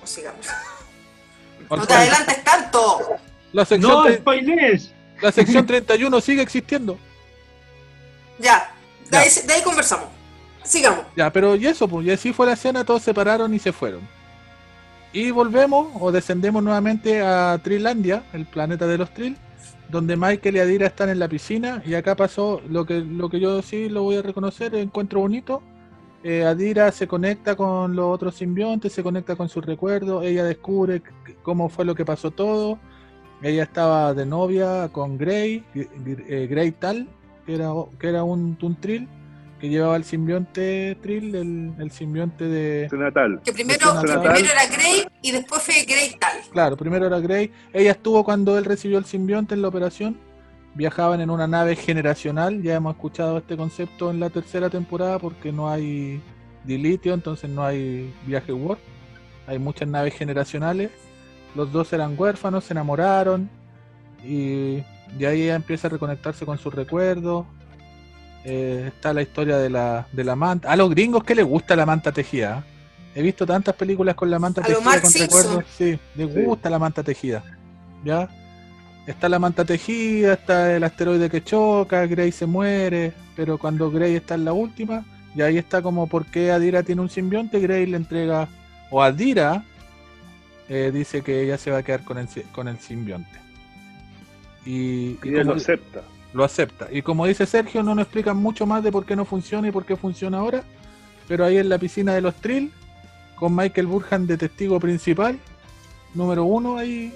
No te adelantes tanto. La sección, ¡No spoilees! la sección 31 sigue existiendo. Ya, de ahí conversamos. Sigamos. Ya, pero y eso, pues, y así fue la escena, todos se pararon y se fueron. Y volvemos o descendemos nuevamente a Trillandia, el planeta de los Trill, donde Michael y Adira están en la piscina, y acá pasó lo que yo sí lo voy a reconocer, encuentro bonito. Adira se conecta con los otros simbiontes, se conecta con sus recuerdos, ella descubre cómo fue lo que pasó todo. Ella estaba de novia con Grey Tal, que era un Trill, que llevaba el simbionte Trill, el simbionte de... Senatal. Que primero era Grey y después fue Grey Tal. Claro, primero era Grey. Ella estuvo cuando él recibió el simbionte en la operación. Viajaban en una nave generacional. Ya hemos escuchado este concepto en la tercera temporada porque no hay dilitio, entonces no hay viaje warp. Hay muchas naves generacionales. Los dos eran huérfanos, se enamoraron. Y ahí ella empieza a reconectarse con sus recuerdos. Está la historia de la manta. A los gringos que les gusta la manta tejida. He visto tantas películas con la manta A lo tejida Mark con Simpson. recuerdos. Sí, les gusta la manta tejida. ¿Ya? Está la manta tejida, está el asteroide que choca, Grey se muere, pero cuando Grey está en la última, y ahí está como por qué Adira tiene un simbionte, Grey le entrega, o Adira dice que ella se va a quedar con el simbionte. Y ella lo acepta. Lo acepta. Y como dice Sergio, no nos explican mucho más de por qué no funciona y por qué funciona ahora, pero ahí en la piscina de los Trill, con Michael Burhan de testigo principal, número 1 ahí,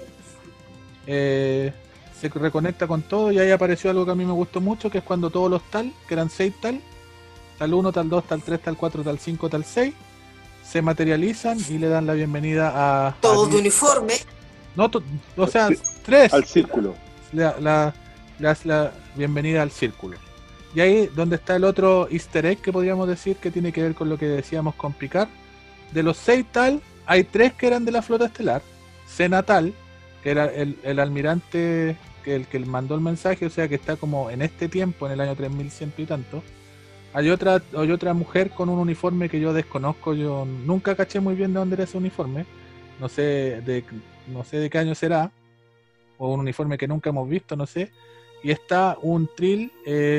se reconecta con todo, y ahí apareció algo que a mí me gustó mucho, que es cuando todos los tal, que eran 6 tal 1, tal 2, tal 3, tal 4, tal 5, tal 6, se materializan y le dan la bienvenida a... Todos de uniforme. No, o sea, 3. Al círculo. La bienvenida al círculo. Y ahí donde está el otro easter egg que podríamos decir que tiene que ver con lo que decíamos con Picard. De los 6 tal, hay 3 que eran de la flota estelar. Senatal, que era el almirante que el que mandó el mensaje, o sea que está como en este tiempo, en el año 3100 y tanto. Hay otra mujer con un uniforme que yo desconozco, yo nunca caché muy bien de dónde era ese uniforme. No sé de qué año será, o un uniforme que nunca hemos visto, no sé. Y está un Trill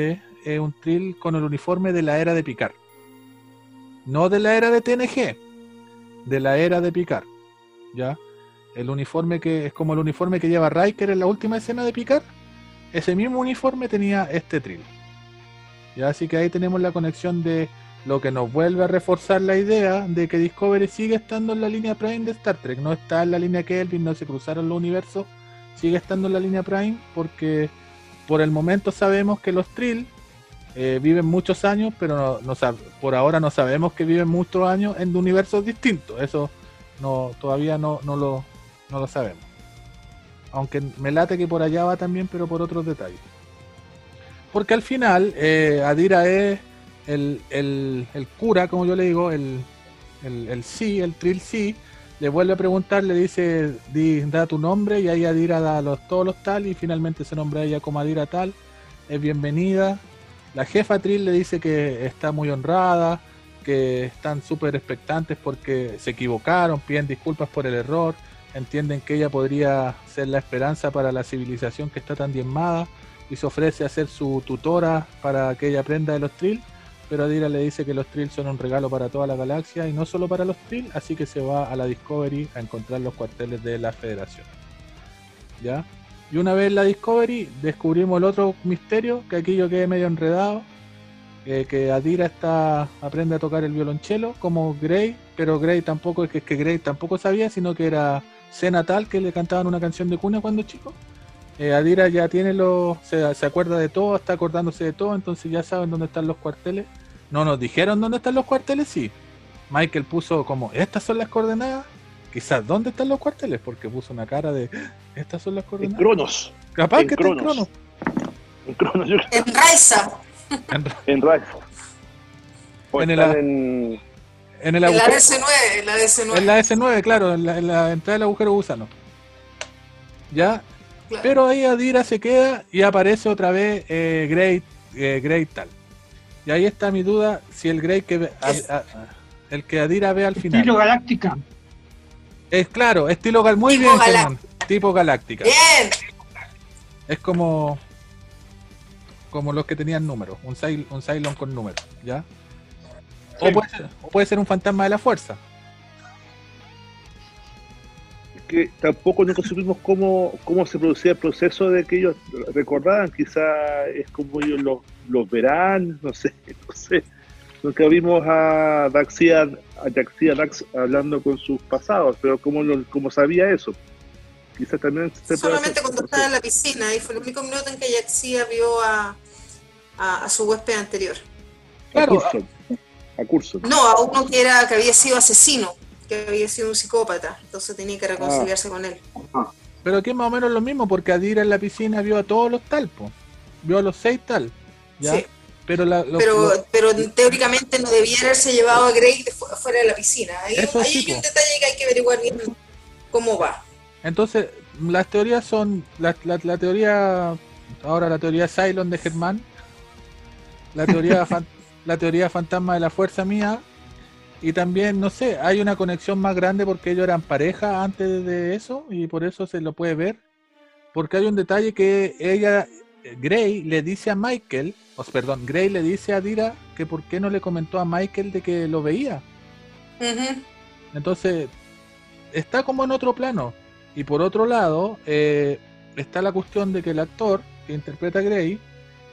con el uniforme de la era de Picard. No de la era de TNG, de la era de Picard. ¿Ya? El uniforme que es como el uniforme que lleva Riker en la última escena de Picard. Ese mismo uniforme tenía este Trill. ¿Ya? Así que ahí tenemos la conexión de lo que nos vuelve a reforzar la idea de que Discovery sigue estando en la línea Prime de Star Trek. No está en la línea Kelvin, no se cruzaron los universos. Sigue estando en la línea Prime porque por el momento sabemos que los Trill viven muchos años, pero por ahora no sabemos que viven muchos años en universos distintos. Eso todavía no lo sabemos. Aunque me late que por allá va también, pero por otros detalles. Porque al final Adira es el cura, como yo le digo, el Trill C, le vuelve a preguntar, le dice, da tu nombre, y ahí Adira da todos los tal, y finalmente se nombra a ella como Adira Tal, es bienvenida. La jefa Trill le dice que está muy honrada, que están súper expectantes porque se equivocaron, piden disculpas por el error, entienden que ella podría ser la esperanza para la civilización que está tan diezmada, y se ofrece a ser su tutora para que ella aprenda de los Trill, pero Adira le dice que los Trill son un regalo para toda la galaxia y no solo para los Trill, así que se va a la Discovery a encontrar los cuarteles de la Federación. ¿Ya? Y una vez en la Discovery descubrimos el otro misterio, que aquí yo quedé medio enredado, que Adira aprende a tocar el violonchelo como Grey, pero Grey tampoco, es que Grey tampoco sabía, sino que era Senatal, que le cantaban una canción de cuna cuando chico. Adira ya tiene se acuerda de todo, está acordándose de todo, entonces ya saben dónde están los cuarteles. No nos dijeron dónde están los cuarteles, sí. Michael puso como, estas son las coordenadas, quizás dónde están los cuarteles, porque puso una cara de, estas son las coordenadas. En Cronos. Capaz que está en Cronos. En Cronos, yo creo. En Raiza. En Raiza. O En están En el En la agujero, DC9, en la DC9. en la S9, claro, en la entrada del agujero gusano. ¿Ya? Claro. Pero ahí Adira se queda y aparece otra vez Grey tal. Y ahí está mi duda, si el Grey el que Adira ve al final. Estilo Galáctica. Es claro, estilo muy Tipo bien, Germán, tipo Galáctica. Bien. Es como los que tenían números, un Cylon con números, ¿ya? Sí. O puede ser un fantasma de la fuerza. Es que tampoco nunca supimos cómo se producía el proceso de que ellos recordaban. Quizá es como ellos los verán, no sé. Nunca vimos a Daxia Dax hablando con sus pasados, pero ¿cómo sabía eso? Quizás también se puede Solamente hacer, cuando no estaba sé. en la piscina, y fue el único minuto en que Yaxia vio a su huésped anterior. Claro. A Coulson. No, a uno que había sido asesino, que había sido un psicópata, entonces tenía que reconciliarse con él. Pero que es más o menos lo mismo, porque Adira en la piscina vio a todos los talpos, vio a los 6 tal, ¿ya? Sí. Pero, Pero teóricamente no debiera haberse llevado a Grey fuera de la piscina. Ahí Eso sí, hay po. un detalle que hay que averiguar bien cómo va. entonces, las teorías son, la teoría, ahora la teoría Cylon de Germán, la teoría fantasma de la fuerza mía, y también, no sé, hay una conexión más grande porque ellos eran pareja antes de eso, y por eso se lo puede ver, porque hay un detalle que Grey le dice a Michael, Grey le dice a Adira que por qué no le comentó a Michael de que lo veía. Ujú. Entonces, está como en otro plano. Y por otro lado, está la cuestión de que el actor que interpreta a Grey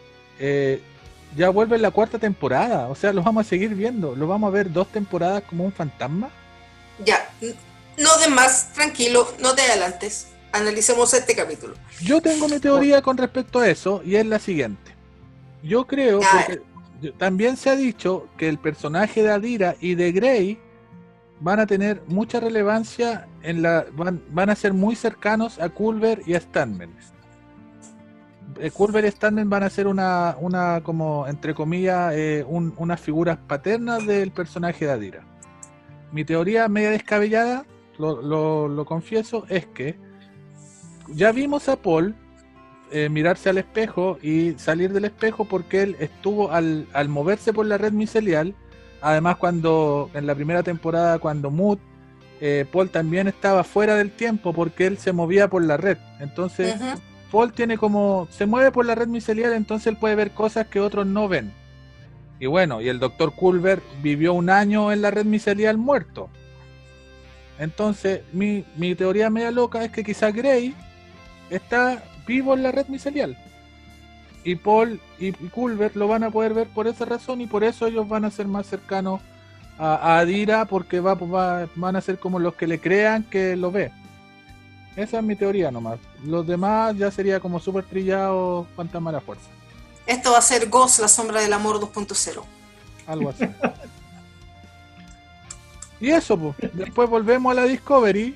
ya vuelve en la 4ª temporada. O sea, lo vamos a seguir viendo. Lo vamos a ver 2 temporadas como un fantasma. Ya, no de más, tranquilo, no te adelantes. Analicemos este capítulo. Yo tengo mi teoría con respecto a eso y es la siguiente. Yo creo, porque también se ha dicho que el personaje de Adira y de Grey van a tener mucha relevancia van a ser muy cercanos a Culber y a Stanman. Culber y Stanman van a ser una como entre comillas unas figuras paternas del personaje de Adira. Mi teoría media descabellada, lo confieso, es que ya vimos a Paul mirarse al espejo y salir del espejo porque él estuvo al moverse por la red micelial. Además, cuando en la primera temporada, cuando Mood, Paul también estaba fuera del tiempo porque él se movía por la red. Entonces, Paul se mueve por la red micelial, entonces él puede ver cosas que otros no ven. Y bueno, y el Dr. Culber vivió 1 año en la red micelial muerto. Entonces, mi teoría media loca es que quizá Grey está vivo en la red micelial. Y Paul y Culber lo van a poder ver por esa razón y por eso ellos van a ser más cercanos a Adira porque van a ser como los que le crean que lo ve. Esa es mi teoría nomás. Los demás ya sería como súper trillado fantasma de la fuerza. Esto va a ser Ghost, la sombra del amor 2.0. Algo así. Y eso, pues. Después volvemos a la Discovery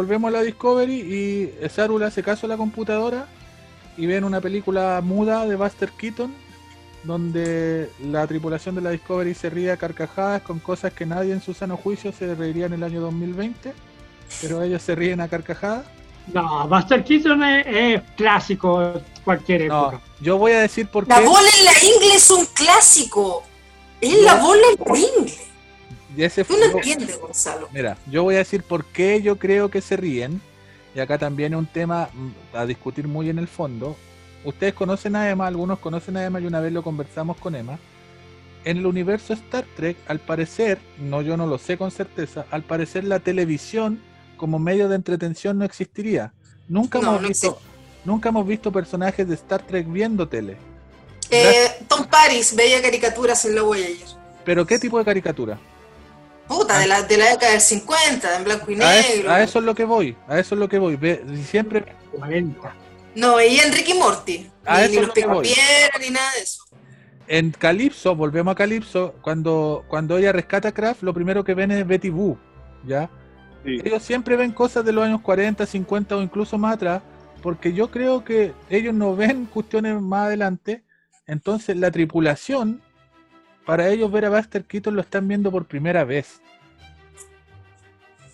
y Saru le hace caso a la computadora y ven una película muda de Buster Keaton donde la tripulación de la Discovery se ríe a carcajadas con cosas que nadie en su sano juicio se reiría en el año 2020, pero ellos se ríen a carcajadas. No, Buster Keaton es clásico de cualquier época. No, yo voy a decir por qué. La bola en la ingle es un clásico. Es la bola en la ingle. Tú no entiendes, Gonzalo. Mira, yo voy a decir por qué yo creo que se ríen. Y acá también es un tema a discutir muy en el fondo. Ustedes conocen a Emma, algunos conocen a Emma y una vez lo conversamos con Emma. En el universo Star Trek, al parecer, yo no lo sé con certeza, al parecer la televisión como medio de entretención no existiría. Nunca hemos visto personajes de Star Trek viendo tele. Tom Paris veía caricaturas en la Voyager. ¿Pero qué tipo de caricatura? Puta, de la década del 50, en blanco y negro. A eso es lo que voy. Siempre. 40. No veía Enrique y Morty, ni los Picapiedra, ni nada de eso. En Calypso, volvemos a Calypso, cuando ella rescata a Kraft, lo primero que ven es Betty Boo, ¿ya? Sí. Ellos siempre ven cosas de los años 40, 50 o incluso más atrás, porque yo creo que ellos no ven cuestiones más adelante, entonces la tripulación, para ellos ver a Buster Keaton lo están viendo por primera vez.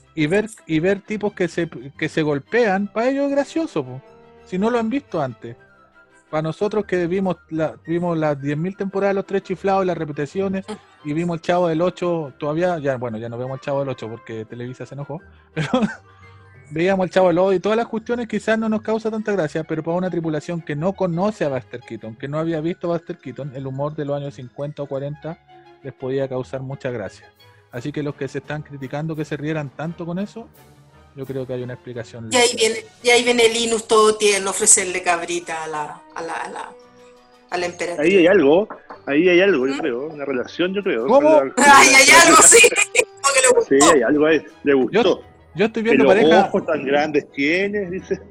y ver tipos que se golpean, para ellos es gracioso, po. Si no lo han visto antes. Para nosotros que vimos las 10.000 temporadas de Los Tres Chiflados y las repeticiones, y vimos el Chavo del 8, todavía, ya no vemos el Chavo del 8 porque Televisa se enojó, pero veíamos el Chavo del 8 y todas las cuestiones quizás no nos causa tanta gracia, pero para una tripulación que no conoce a Buster Keaton, que no había visto a Buster Keaton, el humor de los años 50 o 40 les podía causar mucha gracia. Así que los que se están criticando que se rieran tanto con eso, yo creo que hay una explicación. Y ahí viene Linus todo tierno ofrecerle cabrita a la emperatriz. Ahí hay algo, yo creo, una relación, yo creo. ¿Cómo? Ay, hay algo, sí. Porque le gustó. Sí, hay algo ahí, le gustó. Yo estoy viendo Pero pareja. ojos tan grandes tienes, dice.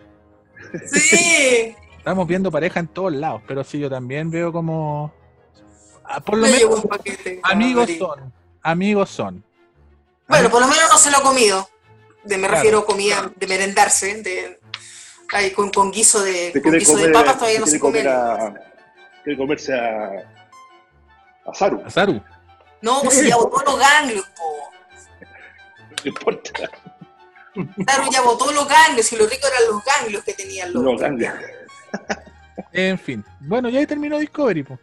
Sí. Estamos viendo pareja en todos lados, pero sí, yo también veo como. Por lo Me llevo menos, un paquete. amigos son. Bueno, por lo menos no se lo ha comido. Me Claro. refiero a comida de merendarse, ahí con guiso de Se con quiere guiso de comer, papas todavía no se come. quiere comerse a Saru. A Saru. No, pues ya botó los ganglios, po. No importa. Saru ya botó los ganglios y lo rico eran los ganglios que tenían los. No, cambia. En fin. Bueno, ya ahí terminó Discovery, po.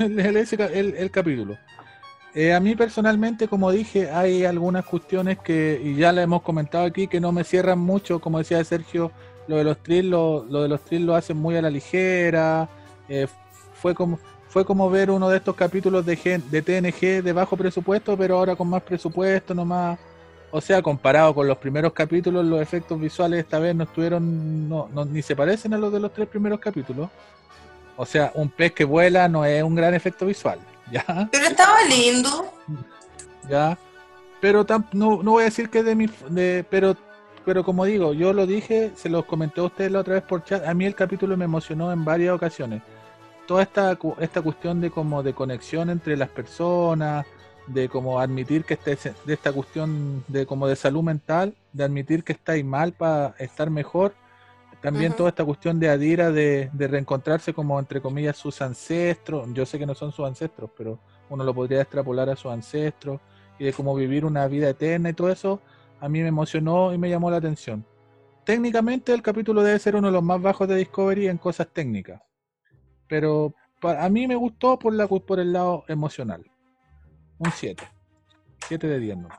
el capítulo. A mí personalmente, como dije, hay algunas cuestiones que, y ya las hemos comentado aquí, que no me cierran mucho. Como decía Sergio, lo de los Trills lo hacen muy a la ligera. Fue como ver uno de estos capítulos de TNG de bajo presupuesto, pero ahora con más presupuesto nomás. O sea, comparado con los primeros capítulos, los efectos visuales esta vez no estuvieron, ni se parecen a los de los 3 primeros capítulos. O sea, un pez que vuela no es un gran efecto visual, ¿ya? Pero estaba lindo. ¿Ya? Pero no voy a decir que pero como digo, yo lo dije, se los comenté a ustedes la otra vez por chat, a mí el capítulo me emocionó en varias ocasiones. Toda esta cuestión de como de conexión entre las personas, de como admitir que de esta cuestión de como de salud mental, de admitir que estáis mal para estar mejor. También toda esta cuestión de Adira de reencontrarse como entre comillas sus ancestros. Yo sé que no son sus ancestros, pero uno lo podría extrapolar a sus ancestros, y de cómo vivir una vida eterna y todo eso, a mí me emocionó y me llamó la atención. Técnicamente el capítulo debe ser uno de los más bajos de Discovery en cosas técnicas, pero a mí me gustó por el lado emocional. Un 7 de 10, ¿no?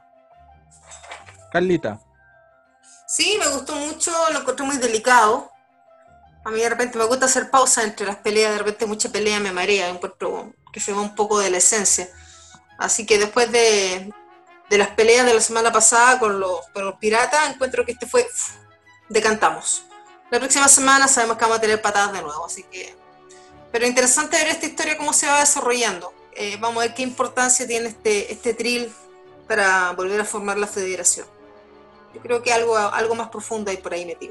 Carlita. Sí, me gustó mucho, lo encontré muy delicado. A mí de repente me gusta hacer pausa entre las peleas, de repente mucha pelea me marea, encuentro que se va un poco de la esencia. Así que después de las peleas de la semana pasada con los piratas, encuentro que este fue, decantamos. La próxima semana sabemos que vamos a tener patadas de nuevo, así que... Pero interesante ver esta historia, cómo se va desarrollando. Vamos a ver qué importancia tiene este trill para volver a formar la federación. Yo creo que algo más profundo hay por ahí metido.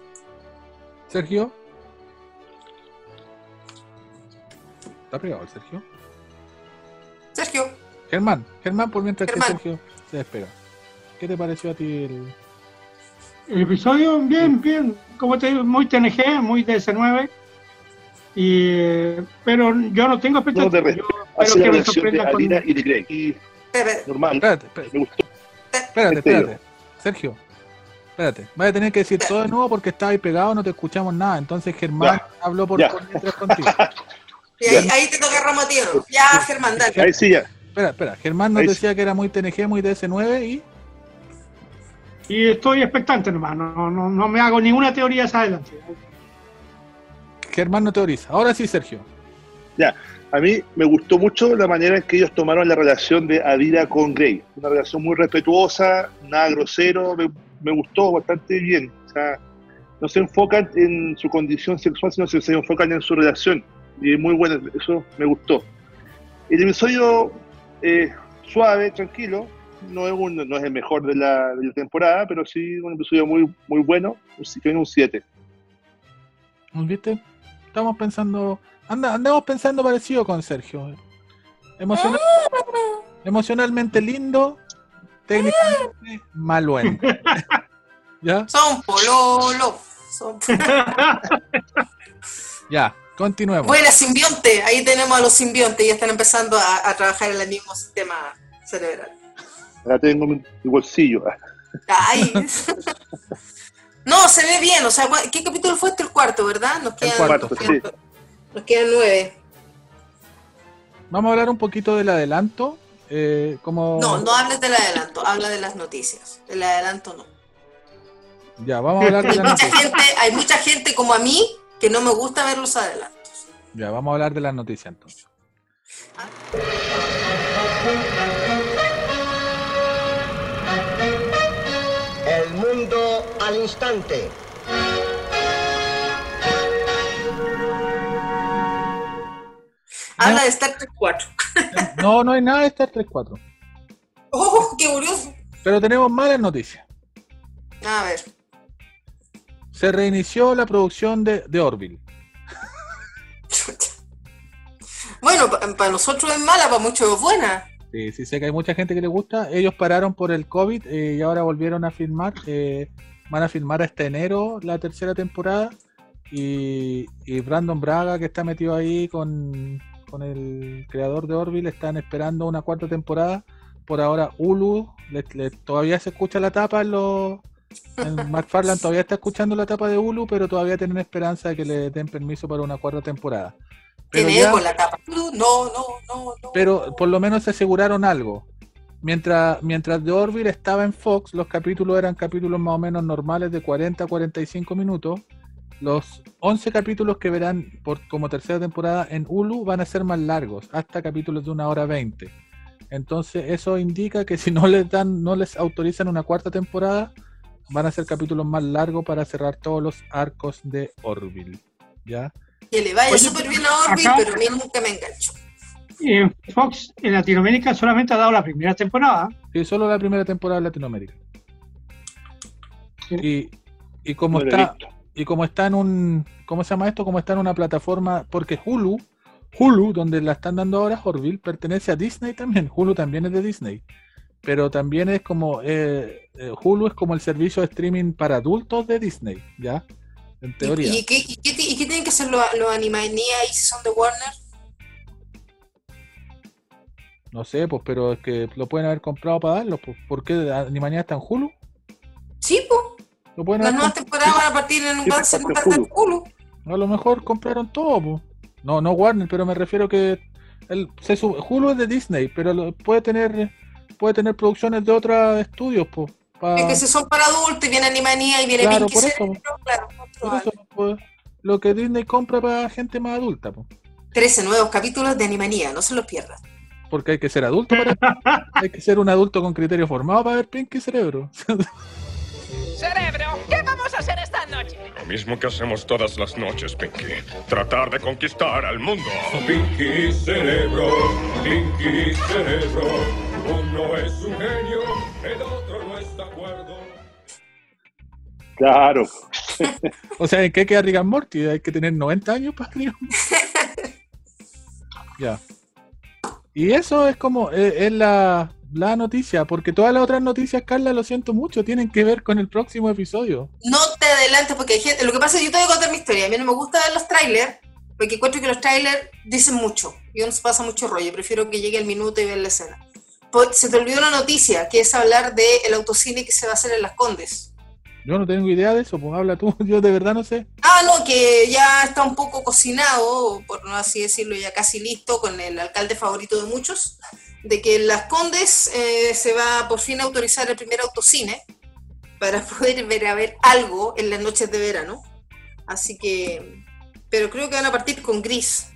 Sergio. ¿Está pegado el Sergio? Sergio. Germán, por mientras Germán. que Sergio se despega. ¿Qué te pareció a ti El episodio, bien, como te digo, muy TNG, muy DS9. Pero yo no tengo expectativas. Yo Hace espero la que me versión de sorprenda con... Adira y de Grey. Y Pepe. normal, Espérate. me gustó. Espérate. Sergio, espérate. Vas a tener que decir todo de nuevo porque estaba ahí pegado, no te escuchamos nada. Entonces Germán habló por mientras contigo. Y ahí te toca Ramo Tierno. Ya, Germán, dale. Ahí sí ya. Espera. Germán nos Ahí sí. decía que era muy TNG, muy DS9 Y estoy expectante nomás, no me hago ninguna teoría hacia adelante. Germán no teoriza. Ahora sí, Sergio. Ya, a mí me gustó mucho la manera en que ellos tomaron la relación de Adira con Grey. Una relación muy respetuosa, nada grosero, me gustó bastante bien. O sea, no se enfocan en su condición sexual, sino que se enfocan en su relación. Y es muy bueno, eso me gustó. El episodio suave, tranquilo, no es el mejor de la temporada, pero sí un episodio muy, muy bueno, tiene un 7. ¿Viste? Estamos pensando... Andamos pensando parecido con Sergio. Emocionalmente lindo, técnicamente maluento. ¿Ya? Son pololo. Ya, continuemos. Buena simbionte. Ahí tenemos a los simbiontes. Ya están empezando a trabajar en el mismo sistema cerebral. Acá tengo mi bolsillo. Ay. No, se ve bien. O sea, ¿qué capítulo fue este? El cuarto, ¿verdad? Nos quedan 9. Vamos a hablar un poquito del adelanto. No hables del adelanto, habla de las noticias. Del adelanto no. Ya, vamos a hablar de las noticias. Hay mucha gente como a mí que no me gusta ver los adelantos. Ya, vamos a hablar de las noticias entonces. El mundo al instante. Habla de Star Trek 4. No hay nada de Star Trek 4. ¡Oh, qué curioso! Pero tenemos malas noticias. A ver. Se reinició la producción de Orville. Bueno, para nosotros es mala, para muchos es buena. Sí, sé que hay mucha gente que le gusta. Ellos pararon por el COVID y ahora volvieron a filmar. Van a filmar hasta enero la tercera temporada. Y Brandon Braga, que está metido ahí con el creador de Orville, están esperando una cuarta temporada. Por ahora Hulu todavía se escucha la tapa en McFarlane todavía está escuchando la tapa de Hulu, pero todavía tienen esperanza de que le den permiso para una cuarta temporada. ¿Tiene eco la tapa? No. Pero por lo menos se aseguraron algo. Mientras The Orville estaba en Fox, los capítulos eran capítulos más o menos normales de 40 a 45 minutos. Los 11 capítulos que verán como tercera temporada en Hulu van a ser más largos, hasta capítulos de 1 hora 20. Entonces eso indica que si no les autorizan una cuarta temporada, van a ser capítulos más largos para cerrar todos los arcos de Orville. ¿Ya? Que le vaya súper bien a Orville, pero a mí nunca me enganchó. Y en Fox, en Latinoamérica, solamente ha dado la primera temporada. Sí, solo la primera temporada en Latinoamérica. Sí. Y como está en un... ¿Cómo se llama esto? Como está en una plataforma... Porque Hulu, donde la están dando ahora, Orville, pertenece a Disney también. Hulu también es de Disney. Pero también es como... Hulu es como el servicio de streaming para adultos de Disney, ¿ya? En teoría. ¿Y qué tienen que hacer los Animania y si son de Warner? No sé, pues, pero es que lo pueden haber comprado para darlos. Pues. ¿Por qué Animania está en Hulu? Sí, pues. Las nuevas temporadas van a partir en Hulu. A lo mejor compraron todo, pues. No Warner, pero me refiero que Hulu es de Disney, pero puede tener producciones de otros estudios, pues. Es que si son para adultos y viene Animania y viene Pinky Cerebro, claro. Por eso, pues, lo que Disney compra para gente más adulta, pues. 13 nuevos capítulos de Animania, no se los pierdan. Porque hay que ser adulto hay que ser un adulto con criterio formado para ver Pinky Cerebro. Cerebro, ¿qué vamos a hacer esta noche? Lo mismo que hacemos todas las noches, Pinky. Tratar de conquistar al mundo. Pinky Cerebro. Uno es un genio, el otro no está de acuerdo. Claro. O sea, ¿en qué queda Rick and Morty? Hay que tener 90 años para Rick and Morty. Ya. Y eso es como, es la noticia, porque todas las otras noticias, Carla, lo siento mucho, tienen que ver con el próximo episodio. No te adelantes, porque hay gente, lo que pasa es que yo te voy a contar mi historia. A mí no me gusta ver los trailers, porque encuentro que los trailers dicen mucho, y uno se pasa mucho rollo, prefiero que llegue el minuto y ver la escena. Se te olvidó una noticia, que es hablar del autocine que se va a hacer en Las Condes. Yo no tengo idea de eso, pues habla tú, yo de verdad no sé. No, que ya está un poco cocinado, por no así decirlo, ya casi listo, con el alcalde favorito de muchos, de que en Las Condes se va por fin a autorizar el primer autocine para poder ver algo en las noches de verano. Así que, pero creo que van a partir con Gris.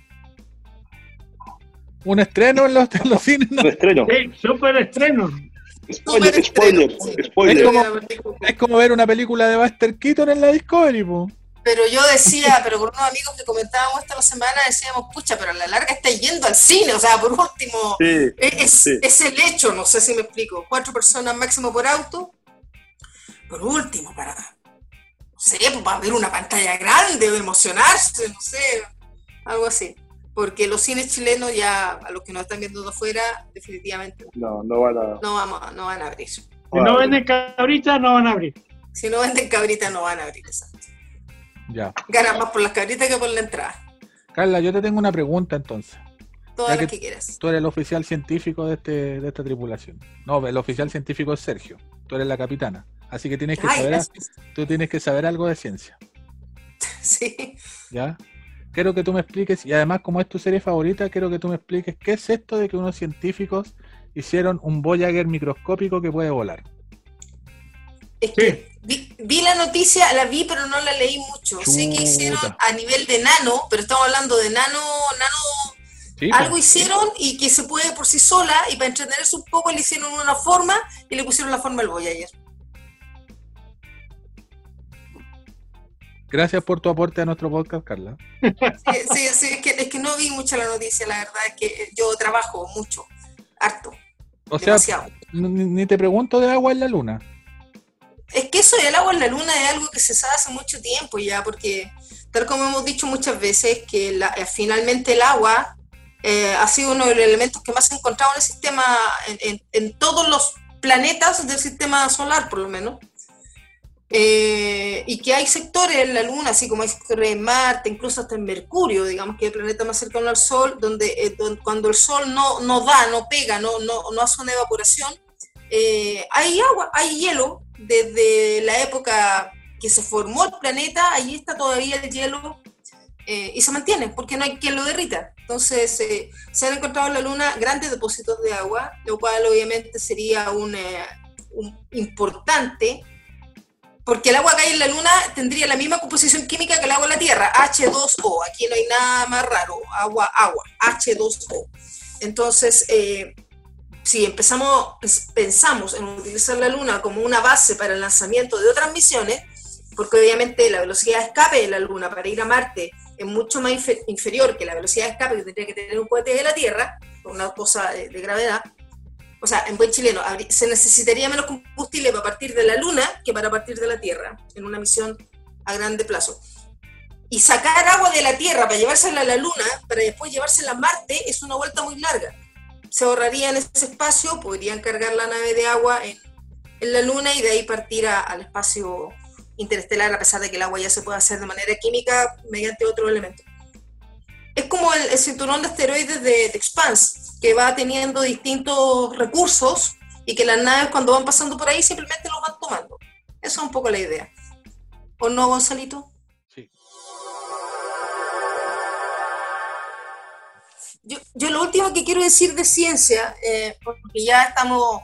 ¿Un estreno en los cines? No. Un estreno. Sí, súper estreno. Spoiler. Es como ver una película de Buster Keaton en la Discovery, po. Pero yo decía, pero con unos amigos que comentábamos esta semana, decíamos, pucha, pero a la larga está yendo al cine, o sea, por último, es el hecho, no sé si me explico, 4 personas máximo por auto, por último, para, no sé, pues para ver una pantalla grande, o emocionarse, no sé, algo así. Porque los cines chilenos ya, a los que nos están viendo de afuera, definitivamente no van a abrir. Si no venden cabritas, no van a abrir. Si no venden cabritas, no van a abrir, exacto. Ya. Ganan más por las cabritas que por la entrada. Carla, yo te tengo una pregunta entonces. Todas las que quieras. Tú eres el oficial científico de esta tripulación. No, el oficial científico es Sergio. Tú eres la capitana. Así que tienes que Ay, saber, gracias. tú tienes que saber algo de ciencia, Sí. ¿ya? Quiero que tú me expliques, y además como es tu serie favorita, quiero que tú me expliques qué es esto de que unos científicos hicieron un Voyager microscópico que puede volar. Es que vi la noticia, la vi, pero no la leí mucho. Sé que hicieron a nivel de nano, pero estamos hablando de nano, Sí, algo pues. hicieron y que se puede por sí sola, y para entretenerse un poco le hicieron una forma y le pusieron la forma al Voyager. Gracias por tu aporte a nuestro podcast, Carla. Sí, es que no vi mucho la noticia, la verdad es que yo trabajo mucho, harto, O sea, demasiado. ni te pregunto de agua en la luna. Es que eso del agua en la luna es algo que se sabe hace mucho tiempo ya, porque tal como hemos dicho muchas veces, que finalmente el agua ha sido uno de los elementos que más se ha encontrado en el sistema, en todos los planetas del sistema solar, por lo menos. Y que hay sectores en la Luna, así como hay sectores en Marte, incluso hasta en Mercurio, digamos que es el planeta más cercano al Sol, donde cuando el Sol no pega, no hace una evaporación, hay agua, hay hielo. Desde la época que se formó el planeta, ahí está todavía el hielo y se mantiene, porque no hay quien lo derrita. Entonces se han encontrado en la Luna grandes depósitos de agua, lo cual obviamente sería un importante, porque el agua que hay en la Luna tendría la misma composición química que el agua en la Tierra, H2O, aquí no hay nada más raro, agua, H2O. Entonces, si pensamos en utilizar la Luna como una base para el lanzamiento de otras misiones, porque obviamente la velocidad de escape de la Luna para ir a Marte es mucho más inferior que la velocidad de escape que tendría que tener un cohete de la Tierra, por una cosa de gravedad. O sea, en buen chileno, se necesitaría menos combustible para partir de la Luna que para partir de la Tierra, en una misión a grande plazo. Y sacar agua de la Tierra para llevársela a la Luna, para después llevársela a Marte, es una vuelta muy larga. Se ahorrarían ese espacio, podrían cargar la nave de agua en la Luna y de ahí partir al espacio interestelar, a pesar de que el agua ya se puede hacer de manera química mediante otro elemento. Es como el cinturón de asteroides de Expanse, que va teniendo distintos recursos y que las naves cuando van pasando por ahí simplemente los van tomando. Esa es un poco la idea. ¿O no, Gonzalito? Sí. Yo lo último que quiero decir de ciencia, porque ya estamos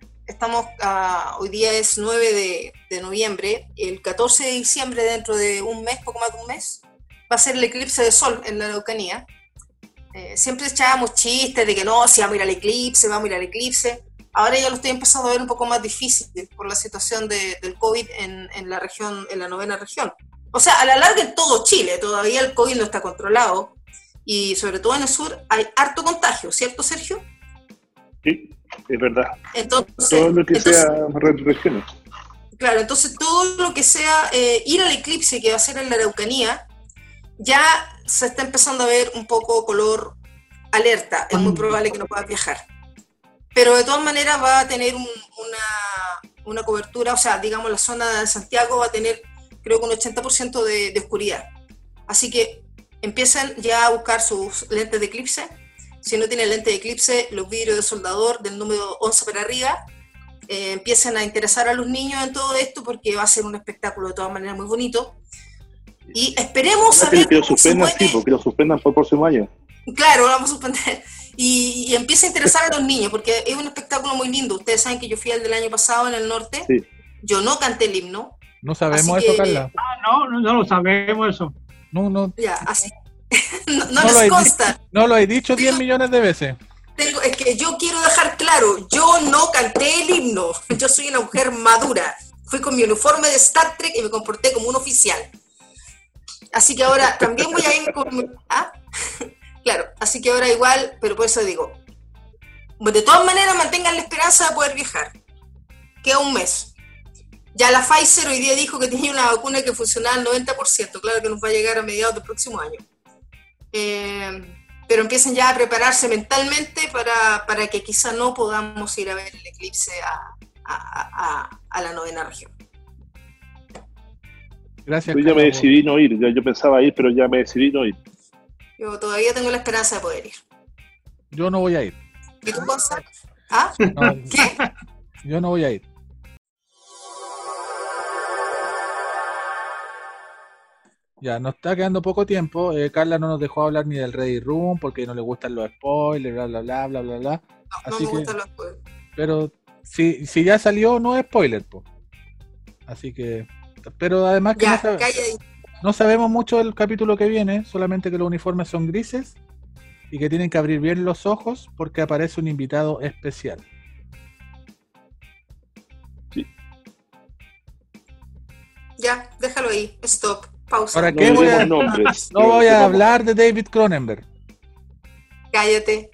hoy día es 9 de noviembre, el 14 de diciembre, dentro de un mes, poco más de un mes, va a ser el eclipse de sol en la Araucanía. Siempre echábamos chistes de que no, si vamos a ir al eclipse. Ahora ya lo estoy empezando a ver un poco más difícil por la situación del COVID en la región, en la 9ª región. O sea, a la larga en todo Chile, todavía el COVID no está controlado, y sobre todo en el sur hay harto contagio, ¿cierto, Sergio? Sí, es verdad. Entonces, todo lo que sea regiones. Claro, entonces todo lo que sea ir al eclipse que va a ser en la Araucanía, ya se está empezando a ver un poco color alerta, es muy probable que no puedas viajar. Pero de todas maneras va a tener una cobertura, o sea, digamos la zona de Santiago va a tener creo que un 80% de oscuridad. Así que empiecen ya a buscar sus lentes de eclipse. Si no tienen lente de eclipse, los vidrios de soldador del número 11 para arriba, empiecen a interesar a los niños en todo esto porque va a ser un espectáculo de todas maneras muy bonito. Y esperemos saber que lo suspendan, sí, porque lo suspendan por el próximo año. Claro, lo vamos a suspender. Y empieza a interesar a los niños, porque es un espectáculo muy lindo. Ustedes saben que yo fui al del año pasado en el norte. Sí. Yo no canté el himno. No sabemos eso, Carla. No lo sabemos eso. No. Ya, así. no les consta. No lo he dicho 10 millones de veces. Es que yo quiero dejar claro, yo no canté el himno. Yo soy una mujer madura. Fui con mi uniforme de Star Trek y me comporté como un oficial. Así que ahora también voy a ir con... ¿Ah? Claro, así que ahora igual, pero por eso digo, de todas maneras mantengan la esperanza de poder viajar. Queda un mes. Ya la Pfizer hoy día dijo que tenía una vacuna que funcionaba al 90%, claro que nos va a llegar a mediados del próximo año. Pero empiecen ya a prepararse mentalmente para que quizá no podamos ir a ver el eclipse a la 9ª región. Gracias. Yo ya me decidí no ir, yo pensaba ir, pero ya me decidí no ir. Yo todavía tengo la esperanza de poder ir. Yo no voy a ir. ¿Y tú, Gonzalo? ¿Ah? No, ¿Qué? yo no voy a ir. Ya, nos está quedando poco tiempo. Carla no nos dejó hablar ni del Ready Room porque no le gustan los spoilers, bla, bla, bla, bla, bla, bla. No, Así no me que, gustan los spoilers. pero si ya salió, no es spoiler, po. Así que, pero además que Ya, calla ahí. no sabemos mucho del capítulo que viene, solamente que los uniformes son grises y que tienen que abrir bien los ojos porque aparece un invitado especial. Ya, déjalo ahí. Stop. Pausa. ¿Para No qué voy a, diremos nombres. no voy a hablar de David Cronenberg? Cállate.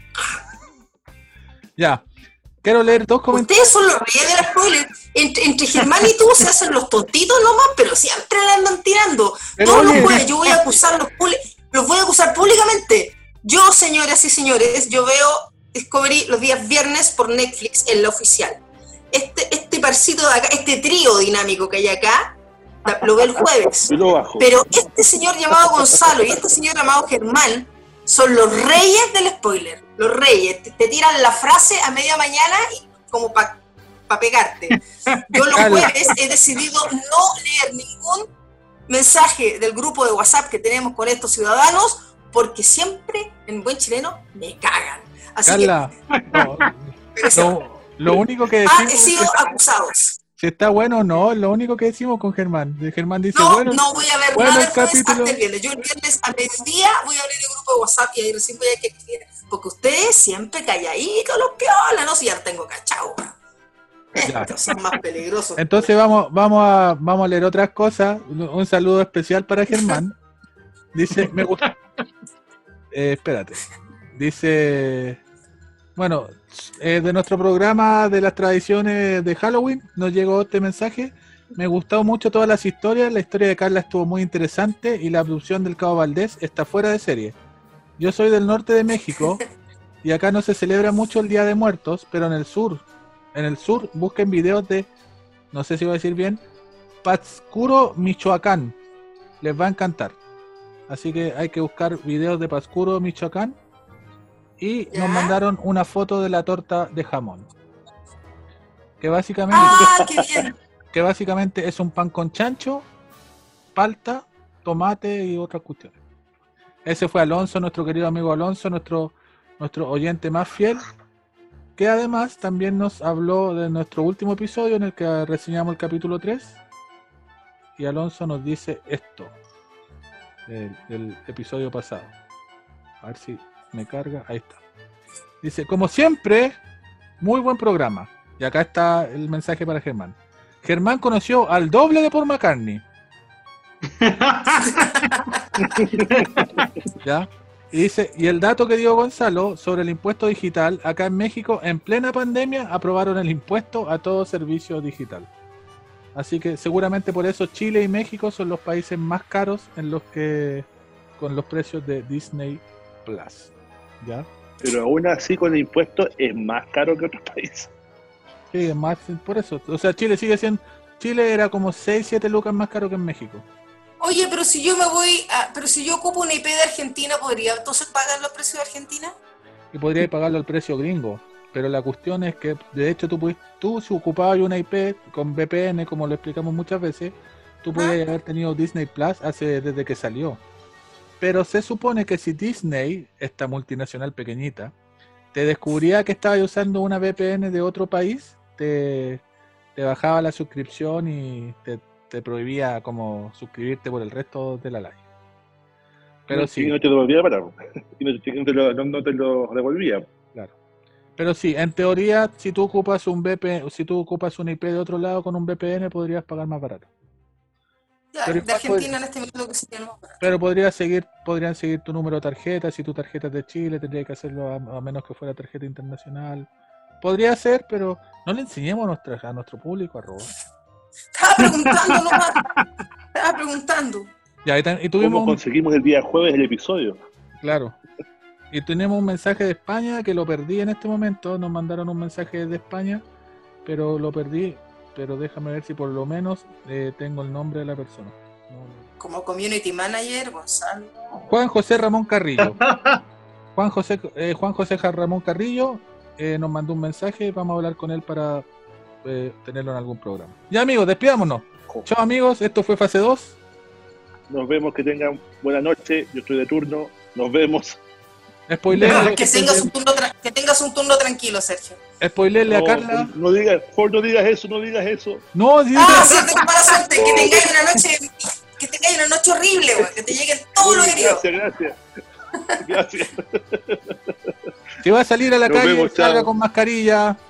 Ya. Quiero leer dos comentarios. Ustedes son los reyes de la spoiler. Entre Germán y tú se hacen los tontitos nomás, pero siempre le andan tirando. Pero Todos oye, los jueves yo voy a acusarlos los voy a acusar públicamente. Yo, señoras y señores, yo veo Discovery los días viernes por Netflix en la oficial. Este parcito de acá, este trío dinámico que hay acá, lo veo el jueves. Yo lo bajo. Pero este señor llamado Gonzalo y este señor llamado Germán son los reyes del spoiler. Los reyes. Te tiran la frase a media mañana y como para pegarte. Yo los jueves he decidido no leer ningún mensaje del grupo de WhatsApp que tenemos con estos ciudadanos porque siempre, en buen chileno, me cagan. Así Carla, lo único que decimos he sido acusados. si está bueno o no, lo único que decimos con Germán. Germán dice, No, bueno, no voy a ver bueno, nada el el jueves capítulo. hasta el viernes. Yo el viernes a mediodía voy a abrir el grupo de WhatsApp y ahí recién voy a que escribir. Porque ustedes siempre calladitos los piolas, ¿no? Si ya tengo cachao. Estos son más peligrosos. Entonces vamos a leer otras cosas. Un saludo especial para Germán. Dice, me gusta. Espérate. Dice, bueno, de nuestro programa de las tradiciones de Halloween nos llegó este mensaje. Me gustó mucho todas las historias. La historia de Carla estuvo muy interesante y la abducción del Cabo Valdés está fuera de serie. Yo soy del norte de México y acá no se celebra mucho el Día de Muertos, pero en el sur busquen videos de, no sé si voy a decir bien, Pátzcuaro, Michoacán. Les va a encantar. Así que hay que buscar videos de Pátzcuaro, Michoacán. Y nos mandaron una foto de la torta de jamón. Que básicamente, qué bien. que básicamente es un pan con chancho, palta, tomate y otras cuestiones. Ese fue Alonso, nuestro querido amigo Alonso, nuestro oyente más fiel, que además también nos habló de nuestro último episodio en el que reseñamos el capítulo 3. Y Alonso nos dice esto del episodio pasado. A ver si me carga. Ahí está. Dice, como siempre, muy buen programa. Y acá está el mensaje para Germán. Germán conoció al doble de Paul McCartney. ¿Ya? Y dice, y el dato que dio Gonzalo sobre el impuesto digital, acá en México, en plena pandemia, aprobaron el impuesto a todo servicio digital. Así que seguramente por eso Chile y México son los países más caros en los que con los precios de Disney Plus. ¿Ya? Pero aún así con el impuesto es más caro que otros países. Sí, es más por eso. O sea, Chile sigue siendo... Chile era como 6-7 lucas más caro que en México. Oye, pero si yo pero si yo ocupo una IP de Argentina, ¿podría entonces pagar los precios de Argentina? Y podrías pagarlo al precio gringo. Pero la cuestión es que, de hecho, tú si ocupabas una IP con VPN, como lo explicamos muchas veces, tú podrías haber tenido Disney Plus desde que salió. Pero se supone que si Disney, esta multinacional pequeñita, te descubría que estabas usando una VPN de otro país, te bajaba la suscripción y te prohibía como suscribirte por el resto de la live. Pero sí. Y no te lo devolvía para. Y no te lo devolvía. Claro. Pero sí, en teoría, si tú ocupas un VPN, si tú ocupas una IP de otro lado con un VPN, podrías pagar más barato. Ya, de Argentina en este minuto que sería más barato. Pero podrían seguir tu número de tarjeta. Si tu tarjeta es de Chile, tendría que hacerlo a menos que fuera tarjeta internacional. Podría ser, pero no le enseñemos a nuestro público a robar. Estaba preguntando nomás. Estaba preguntando. Ya, y tuvimos ¿Cómo conseguimos el día jueves el episodio? Claro. Y tenemos un mensaje de España que lo perdí en este momento. Nos mandaron un mensaje de España, pero lo perdí. Pero déjame ver si por lo menos tengo el nombre de la persona. Como community manager, Gonzalo. Juan José Ramón Carrillo. Juan José Ramón Carrillo nos mandó un mensaje. Vamos a hablar con él para tenerlo en algún programa. Ya, amigos, despidámonos. Chao, amigos. Esto fue Fase 2. Nos vemos, que tengan buena noche. Yo estoy de turno. Nos vemos. Spoilerle, Que tengas un turno tranquilo, Sergio. spoilerle a Carla. No digas eso, no digas eso. No, Sí, tengo mala suerte. Que tengáis una noche horrible, güey. Que te lleguen todos los heridos. Gracias. Si va a salir a la Nos calle, vemos, salga chao. con mascarilla.